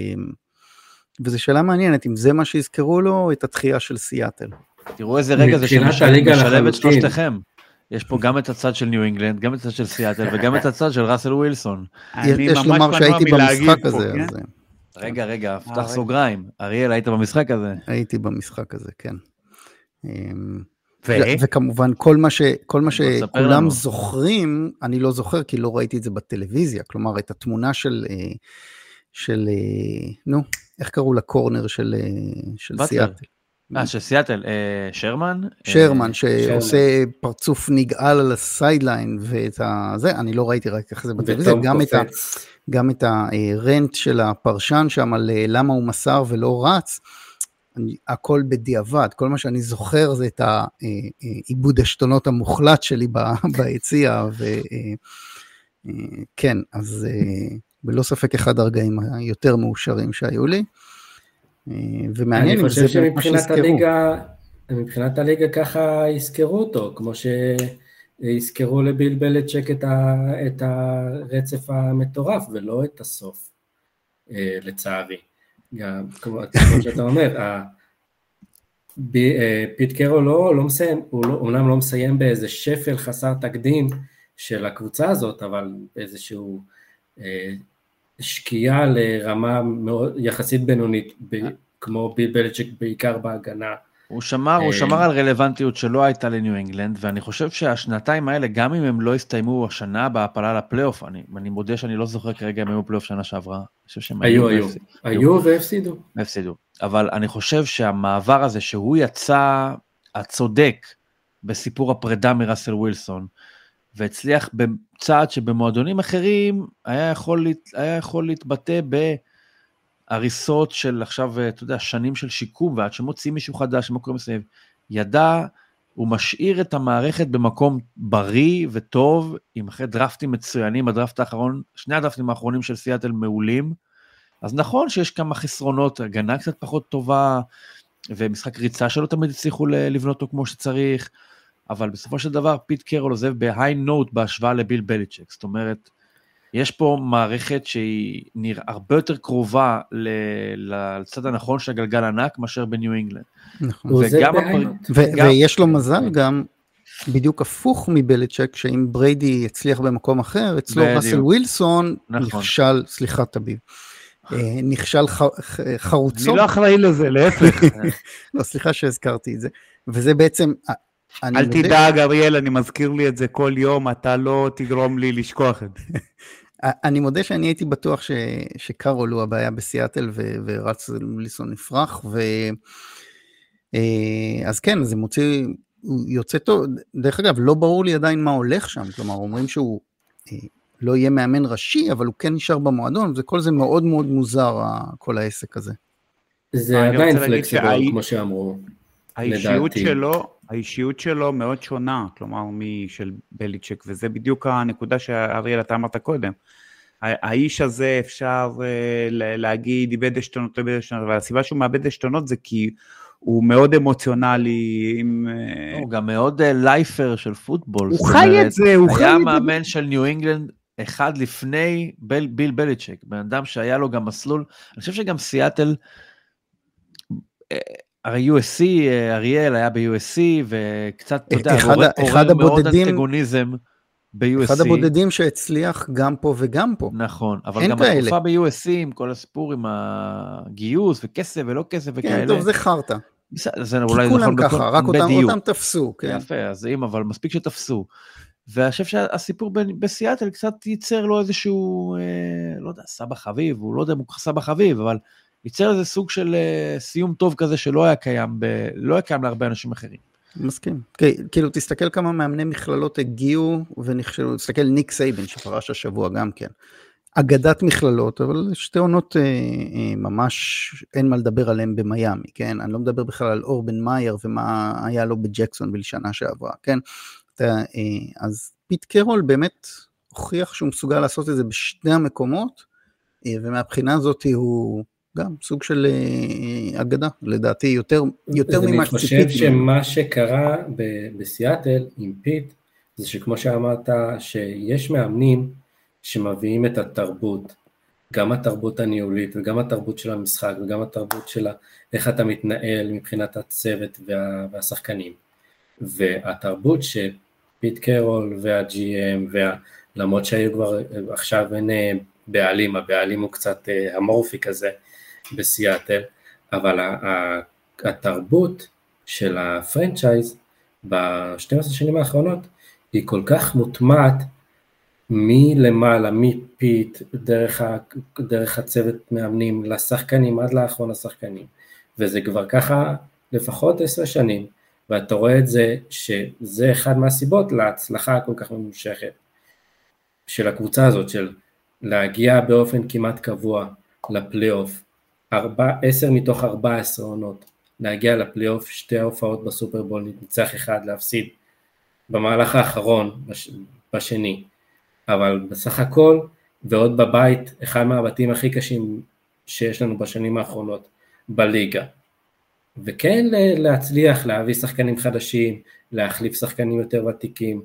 וזו שאלה מעניינת, אם זה מה שיזכרו לו, את התחייה של סיאטל. תראו איזה רגע זה שמשלב את שלושתכם. יש פה גם את הצד של ניו אינגלנד, גם את הצד של סיאטל, וגם את הצד של ראסל ווילסון. יש לומר שהייתי במשחק הזה. רגע, רגע, פתח סוגריים. אריאל, היית במשחק הזה? הייתי במשחק הזה, כן. וכמובן, כל מה שכולם זוכרים, אני לא זוכר, כי לא ראיתי את זה בטלוויזיה, כלומר, את התמונה של, נו, איך קראו לקורנר של סיאטל? אה, של סיאטל, שרמן? שרמן, שעושה פרצוף נגעל על הסיידליין, ואת זה, אני לא ראיתי רק איך זה בטלוויזיה, גם את הרנט של הפרשן שם, על למה הוא מסר ולא רץ, הכל בדיעבד, כל מה שאני זוכר זה את העיבוד השתונות המוחלט שלי ביציאה, וכן, אז בלא ספק אחד הרגעים היותר מאושרים שהיו לי, ומעניין אם זה באמת מה שיזכרו. מבחינת הליגה ככה יזכרו אותו, כמו שיזכרו לביל בליצ'ק את, ה, את הרצף המטורף, ולא את הסוף, לצערי. גם, כמו, כמו שאתה אומר, ב, פיט קרול לא, לא מסיים, הוא לא, אומנם לא מסיים באיזה שפל חסר תקדים של הקבוצה הזאת, אבל באיזשהו אה, שקיעה לרמה מאוד, יחסית בינונית, ב, כמו ביל בליצ'ק בעיקר בהגנה. הוא שמר, הוא שמר על רלוונטיות שלא הייתה לניו אנגלנד, ואני חושב שהשנתיים האלה, גם אם הם לא הסתיימו השנה בהפלה לפלייאוף, אני, אני מודה שאני לא זוכר כרגע אם היו פלייאוף שנה שעברה. היו, היו, היו והפסידו. והפסידו. אבל אני חושב שהמעבר הזה שהוא יצא הצודק בסיפור הפרידה מראסל ווילסון, והצליח בצעד שבמועדונים אחרים היה יכול, היה יכול להתבטא בהריסות של עכשיו, אתה יודע, שנים של שיקום, ועד שמוצאים מישהו חדש, שמקום מסביב, ידע, הוא משאיר את המערכת במקום בריא וטוב, עם אחרי דרפטים מצוינים, הדרפט האחרון, שני הדרפטים האחרונים של סיאטל מעולים, אז נכון שיש כמה חסרונות, הגנה קצת פחות טובה, ומשחק ריצה שלא תמיד הצליחו לבנות אותו כמו שצריך, אבל בסופו של דבר פיט קרול עוזב בהיי נוט בהשוואה לביל בליצ'ק, זאת אומרת, יש פה מערכת שהיא נראה הרבה יותר קרובה לצד הנכון של הגלגל ענק, מאשר בניו אינגלנד. נכון. ויש לו מזל גם, בדיוק הפוך מבליצ'ק, שאם בריידי הצליח במקום אחר, אצלו ראסל ווילסון נכשל, סליחה תביב, נכשל חרוצו. אני לא אחראי לזה, להפך. לא, סליחה שהזכרתי את זה. וזה בעצם... אל תדאג אריאל, אני מזכיר לי את זה כל יום, אתה לא תגרום לי לשכוח את זה. אני מודה שאני הייתי בטוח שקרול הוא הבעיה בסיאטל, וראסל ווילסון נפרח, אז כן, זה מוציא, הוא יוצא טוב, דרך אגב, לא ברור לי עדיין מה הולך שם, כלומר, אומרים שהוא לא יהיה מאמן ראשי, אבל הוא כן נשאר במועדון, וכל זה מאוד מאוד מוזר, כל העסק הזה. זה עדיין פלקסיבל, כמו שאמרו. האישיות שלו, האישיות שלו מאוד שונה, כלומר, משל בליצ'ק, וזה בדיוק הנקודה שאריאל, אתה אמרת קודם. האיש הזה אפשר להגיד, איבד עשתונות, איבד עשתונות, והסיבה שהוא מאבד עשתונות זה כי הוא מאוד אמוציונלי. הוא גם מאוד לייפר של פוטבול. הוא חי את זה, הוא חי את זה. היה מאמן של ניו אינגלנד, אחד לפני ביל בליצ'ק, בן אדם שהיה לו גם מסלול, אני חושב שגם סיאטל, הרי יו אס סי, אריאל היה ב-יו אס סי, וקצת, אתה יודע, עורר מאוד אנטגוניזם ב-יו אס סי. אחד הבודדים שהצליח גם פה וגם פה. נכון, אבל גם התקופה ב-יו אס סי, עם כל הסיפור, עם הגיוס וכסף ולא כסף וכאלה. כן, טוב, זה חרטה. כי כולם ככה, רק אותם תפסו. יפה, אז אם, אבל מספיק שתפסו. ואני חושב שהסיפור בסיאטל קצת ייצר לו איזשהו, לא יודע, סבא חביב, הוא לא יודע אם הוא סבא חביב, אבל ייצר איזה סוג של סיום טוב כזה שלא היה קיים, ב, לא היה קיים להרבה אנשים אחרים. מסכים. כאילו, תסתכל כמה מאמני מכללות הגיעו ונכשלו, תסתכל ניק סייבן שפרש השבוע גם כן. אגדת מכללות, אבל שתי עונות ממש אין מה לדבר עליהם במיימי, כן? אני לא מדבר בכלל על אורבן מאייר ומה היה לו בג'קסון בשנה שעברה, כן? אז פיט קרול באמת הוכיח שהוא מסוגל לעשות את זה בשני המקומות, ומהבחינה הזאת הוא גם סוג של אגדה, לדעתי יותר, יותר ממה שציפיתי. אני חושב שמה שקרה בסיאטל עם פיט, זה שכמו שאמרת, שיש מאמנים שמביאים את התרבות, גם התרבות הניהולית, וגם התרבות של המשחק, וגם התרבות של איך אתה מתנהל מבחינת הצוות וה, והשחקנים. והתרבות שפיט קרול וה-ג'י אם, למרות שהיו כבר עכשיו אין בעלים, הבעלים הוא קצת אמורפי כזה בסיאטל, אבל התרבות של הפרנצ'ייז ב-שתים עשרה שנים האחרונות היא כל כך מוטמעת מלמעלה, מפיט, דרך, ה, דרך הצוות מאמנים לשחקנים, עד לאחרון השחקנים, וזה כבר ככה לפחות עשר שנים, ואתה רואה את זה, שזה אחד מהסיבות להצלחה כל כך ממושכת, של הקבוצה הזאת, של להגיע באופן כמעט קבוע לפלייאוף, עשר מתוך ארבע עשרה עונות, להגיע לפלייאוף, שתי ההופעות בסופרבול, ניצח אחד, להפסיד במהלך האחרון, בש, בשני, אבל בסך הכל, ועוד בבית, אחד מהבתים הכי קשים שיש לנו בשנים האחרונות, בליגה. וכן להצליח להביא שחקנים חדשים, להחליף שחקנים יותר ותיקים,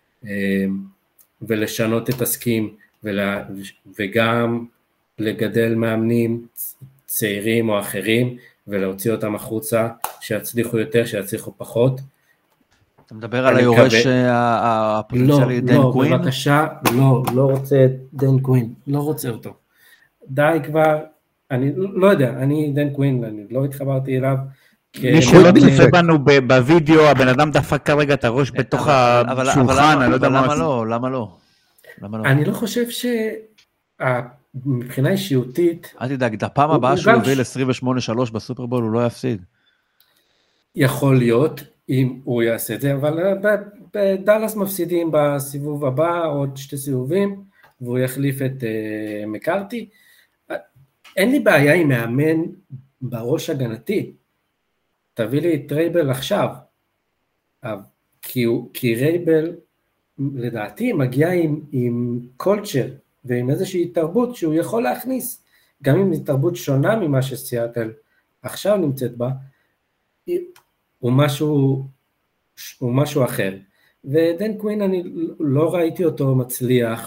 ולשנות את הסכים, וגם לגדל מאמנים צעירים או אחרים, ולהוציא אותם החוצה, שיצליחו יותר, שיצליחו פחות. אתה מדבר על היורש הפוטנציאלי דן קווין? לא, בבקשה, לא, לא רוצה דן קווין, לא רוצה אותו. די כבר, אני לא יודע, אני דן קווין, אני לא התחברתי אליו. מי שלא צופה בנו בווידאו, הבן אדם דפק כרגע את הראש בתוך השולחן, אני לא יודע מה... למה לא? למה לא? אני לא חושב שמבחינה אישיותית... אל תדאג, הפעם הבאה שהוא יוביל עשרים ושמונה שלוש בסופרבול, הוא לא יפסיד. יכול להיות, אם הוא יעשה את זה, אבל בדלס מפסידים בסיבוב הבא, עוד שתי סיבובים, והוא יחליף את מקארתי. אין לי בעיה עם מאמן בראש הגנתי, תביא לי את רייבל עכשיו, כי, כי רייבל לדעתי מגיע עם, עם קולצ'ר, ועם איזושהי תרבות שהוא יכול להכניס, גם אם היא תרבות שונה ממה שסיאטל עכשיו נמצאת בה, הוא משהו, הוא משהו אחר. ודן קווין, אני לא ראיתי אותו מצליח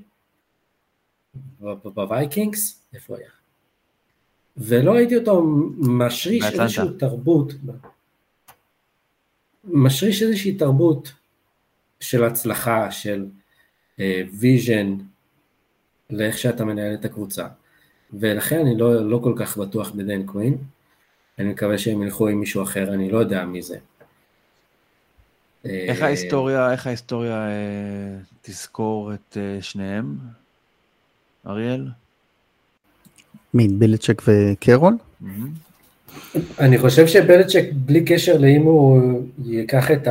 בווייקינגס, איפה היה? ולא ראיתי אותו משריש איזושהי תרבות, משריש איזושהי תרבות של הצלחה, של ויז'ן, לאיך שאתה מנהל את הקבוצה. ולכן אני לא, לא כל כך בטוח בדן קווין, אני מקווה שהם ילכו עם מישהו אחר, אני לא יודע מי זה. איך ההיסטוריה, איך ההיסטוריה תזכור את שניהם, אריאל? מי, בליצ'ק וקרול? אני חושב שבליצ'ק, בלי קשר לאם הוא ייקח את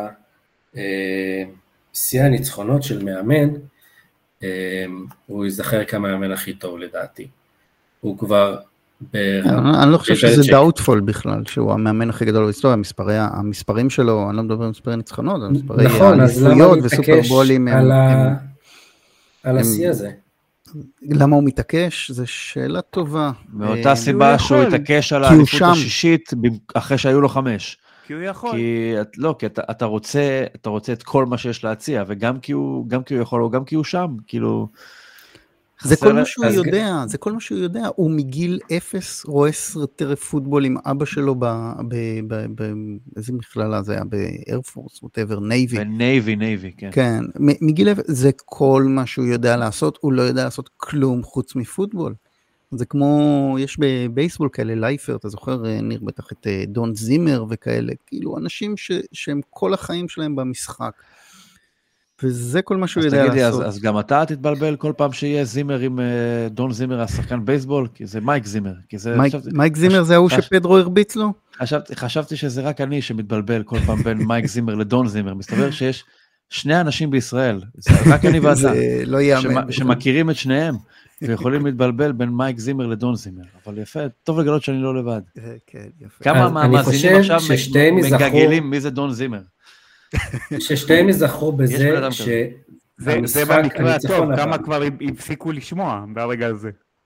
שיא הניצחונות של מאמן, הוא יזכר כמאמן הכי טוב לדעתי. הוא כבר... אני לא חושב שזה דאוטפול בכלל, שהוא המאמן הכי גדול בהיסטוריה, המספרים שלו, אני לא מדבר על מספרי ניצחונות, על מספרי הניסויות וסופרבולים. על השיא הזה. למה הוא מתעקש? זו שאלה טובה. מאותה סיבה שהוא התעקש על האליפות השישית, אחרי שהיו לו חמש. כי הוא יכול. לא, כי אתה רוצה, אתה רוצה את כל מה שיש להציע, וגם כי הוא, גם כי הוא יכול, או גם כי הוא שם, כאילו... זה כל מה שהוא יודע, זה כל מה שהוא יודע, הוא מגיל אפס רואה סרטי פוטבול עם אבא שלו באיזה מכללה זה היה, באיירפורס, whatever, נייבי. בנייבי, נייבי, כן. כן, מגיל אפס, זה כל מה שהוא יודע לעשות, הוא לא יודע לעשות כלום חוץ מפוטבול. זה כמו, יש בבייסבול כאלה, לייפר, אתה זוכר, ניר בטח את דון זימר וכאלה, כאילו אנשים שהם כל החיים שלהם במשחק. וזה כל מה שהוא יודע לעשות. אז, אז גם אתה תתבלבל כל פעם שיהיה זימר עם דון זימר, השחקן בייסבול, כי זה מייק זימר. כי זה, מייק, חשבתי, מייק זימר זה ההוא חש... שפדרו הרביץ לו? חשבתי, חשבתי שזה רק אני שמתבלבל כל פעם בין מייק זימר לדון זימר. מסתבר שיש שני אנשים בישראל, רק אני ואתה, לא יאמן, שמכירים את שניהם, ויכולים להתבלבל בין מייק זימר לדון זימר. אבל יפה, טוב לגלות שאני לא לבד. כן, יפה. כמה מהמאזינים עכשיו מגגלים מי זה דון זימר? ששתיהם יזכרו בזה ש... זה במקרה הטוב, כמה כבר הפסיקו לשמוע ברגע הזה.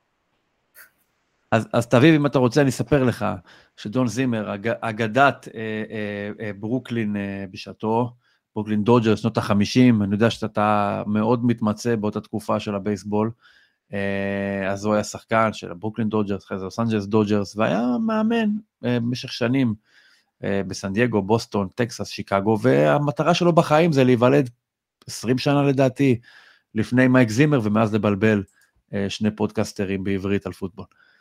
אז תביב, אם אתה רוצה, אני אספר לך שדון זימר, אגדת ברוקלין בשעתו, ברוקלין דודג'רס, שנות החמישים, אני יודע שאתה מאוד מתמצא באותה תקופה של הבייסבול, אז הוא היה שחקן של ברוקלין דודג'רס, אחרי זה לוס אנג'לס דודג'רס, והיה מאמן במשך שנים, בסן דייגו, בוסטון, טקסס, שיקגו, והמטרה שלו בחיים זה להיוולד עשרים שנה לדעתי, לפני מייק זימר, ומאז לבלבל שני פודקאסטרים בעברית על פוטבול.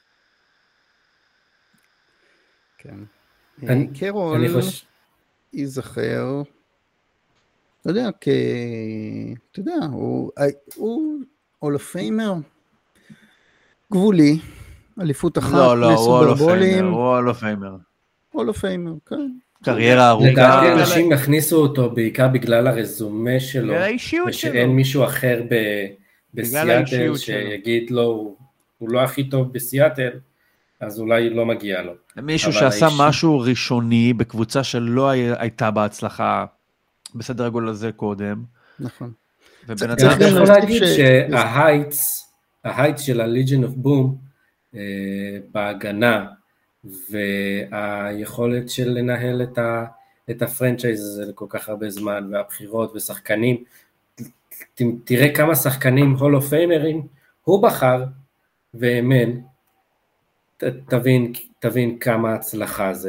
כן. קרול ייזכר, אתה יודע, כ... אתה יודע, הוא הול אוף פיימר, גבולי, אליפות אחת, לא, לא, הוא הול אוף פיימר, הוא הול אוף פיימר. הול אוף פיימר, כן. קריירה ארוכה. לדעתי אנשים הכניסו אותו בעיקר בגלל הרזומה שלו, ושאין מישהו אחר בסיאטל שיגיד לו, הוא לא הכי טוב בסיאטל, אז אולי לא מגיע לו. מישהו שעשה משהו ראשוני בקבוצה שלא הייתה בהצלחה בסדר הגול הזה קודם. נכון. אתה יכול להגיד שההייטס, ההייטס של ה-Legion of Boom בהגנה, והיכולת של לנהל את, ה, את הפרנצ'ייז הזה לכל כך הרבה זמן, והבחירות ושחקנים, ת, תראה כמה שחקנים הול אוף פיימרים, הוא בחר ואמן, ת, תבין, תבין כמה הצלחה זה.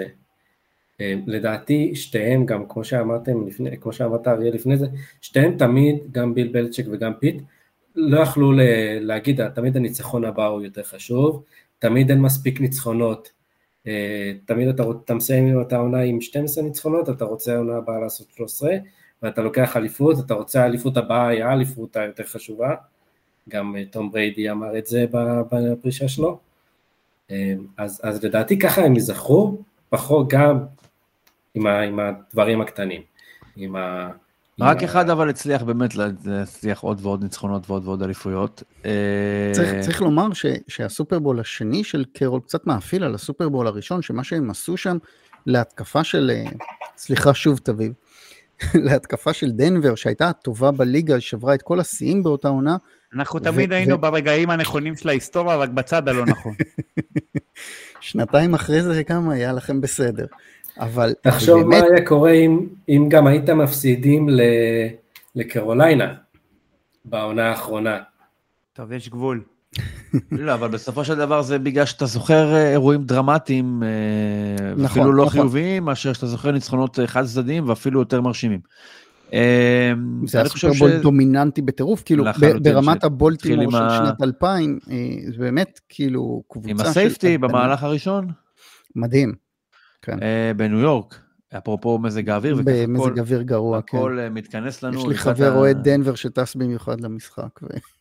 לדעתי שתיהם, גם כמו שאמרתם לפני, כמו שאמרת אריה לפני זה, שתיהם תמיד, גם ביל בלצ'ק וגם פיט, לא יכלו להגיד, תמיד הניצחון הבא הוא יותר חשוב, תמיד אין מספיק ניצחונות, תמיד אתה, אתה מסיים עם אותה עונה עם שתים עשרה ניצחונות, אתה רוצה העונה הבאה לעשות שלוש עשרה, ואתה לוקח אליפות, אתה רוצה האליפות הבאה, היא האליפות היותר חשובה, גם תום בריידי אמר את זה בפרישה שלו, אז, אז לדעתי ככה הם יזכרו, פחות גם עם, ה, עם הדברים הקטנים, עם ה... רק אחד אבל הצליח באמת להצליח עוד ועוד ניצחונות ועוד ועוד אליפויות. צריך, צריך לומר ש, שהסופרבול השני של קרול קצת מאפיל על הסופרבול הראשון, שמה שהם עשו שם להתקפה של, סליחה שוב תביב, להתקפה של דנבר שהייתה טובה בליגה, שברה את כל השיאים באותה עונה. אנחנו תמיד ו- היינו ו- ברגעים הנכונים של ההיסטוריה, רק בצד הלא נכון. שנתיים אחרי זה כמה היה לכם בסדר. אבל תחשוב באמת... מה היה קורה אם, אם גם היית מפסידים ל, לקרוליינה בעונה האחרונה. טוב, יש גבול. לא, אבל בסופו של דבר זה בגלל שאתה זוכר אירועים דרמטיים, נכון, אפילו לא נכון. חיוביים, מאשר שאתה זוכר ניצחונות חד צדדים ואפילו יותר מרשימים. זה היה סופרבול ש... דומיננטי בטירוף, כאילו ברמת הבולטימור של ה... שנת אלפיים, זה באמת כאילו קבוצה... עם הסייפטי של... במהלך הראשון. מדהים. כן. בניו יורק, אפרופו מזג האוויר, במזג אוויר גרוע, כן. הכל מתכנס לנו. יש לי חבר אוהד דנבר שטס במיוחד למשחק.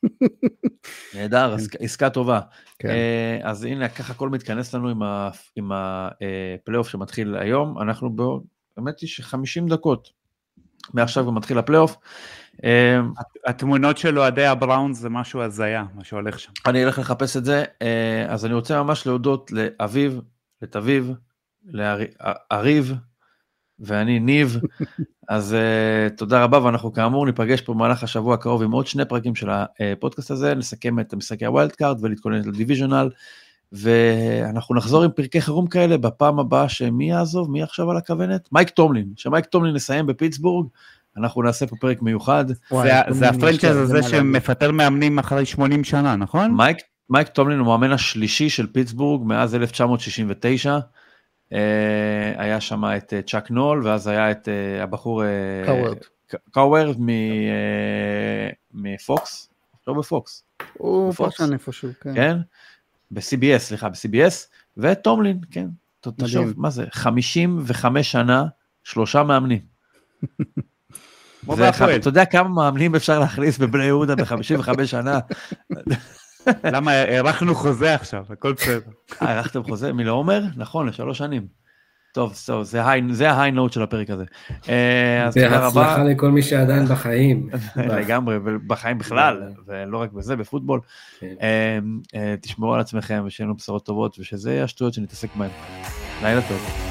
נהדר, עסקה טובה. אז הנה, ככה הכל מתכנס לנו עם הפלייאוף שמתחיל היום, אנחנו באמת יש חמישים דקות, מעכשיו גם מתחיל הפלייאוף. התמונות של אוהדי הבראונס זה משהו הזיה, מה שהולך שם. אני אלך לחפש את זה, אז אני רוצה ממש להודות לאביב, לתביב, לאריב, ואני ניב, אז uh, תודה רבה, ואנחנו כאמור ניפגש פה במהלך השבוע הקרוב עם עוד שני פרקים של הפודקאסט הזה, נסכם את משחקי הווילד קארד ולהתכונן לדיוויז'ונל, ואנחנו נחזור עם פרקי חירום כאלה בפעם הבאה, שמי יעזוב, מי עכשיו על הכוונת? מייק טומלין, שמייק טומלין נסיים בפיטסבורג, אנחנו נעשה פה פרק מיוחד. זה הפרנצ'ייז הזה שמפטר מאמנים אחרי שמונים שנה, נכון? מייק, מייק טומלין הוא מאמן השלישי של פיטסבורג מאז אלף תשע מאות שישים ותשע, היה שם את צ'אק נול, ואז היה את הבחור קאוורד מפוקס, לא בפוקס. הוא פרשן איפשהו, כן. כן, ב-סי בי אס, סליחה, ב-סי בי אס, וטומלין, כן, תחשוב, מה זה, חמישים וחמש שנה, שלושה מאמנים. אתה יודע כמה מאמנים אפשר להכניס בבני יהודה ב-חמישים וחמש שנה? למה, ערכנו חוזה עכשיו, הכל בסדר. ערכתם חוזה, מי לא אומר? נכון, לשלוש שנים. טוב, זה ההיי נוט של הפרק הזה. בהצלחה לכל מי שעדיין בחיים. לגמרי, ובחיים בכלל, ולא רק בזה, בפוטבול. תשמעו על עצמכם, ושיהיה לנו בשורות טובות, ושזה השטויות שנתעסק בהן. לילה טוב.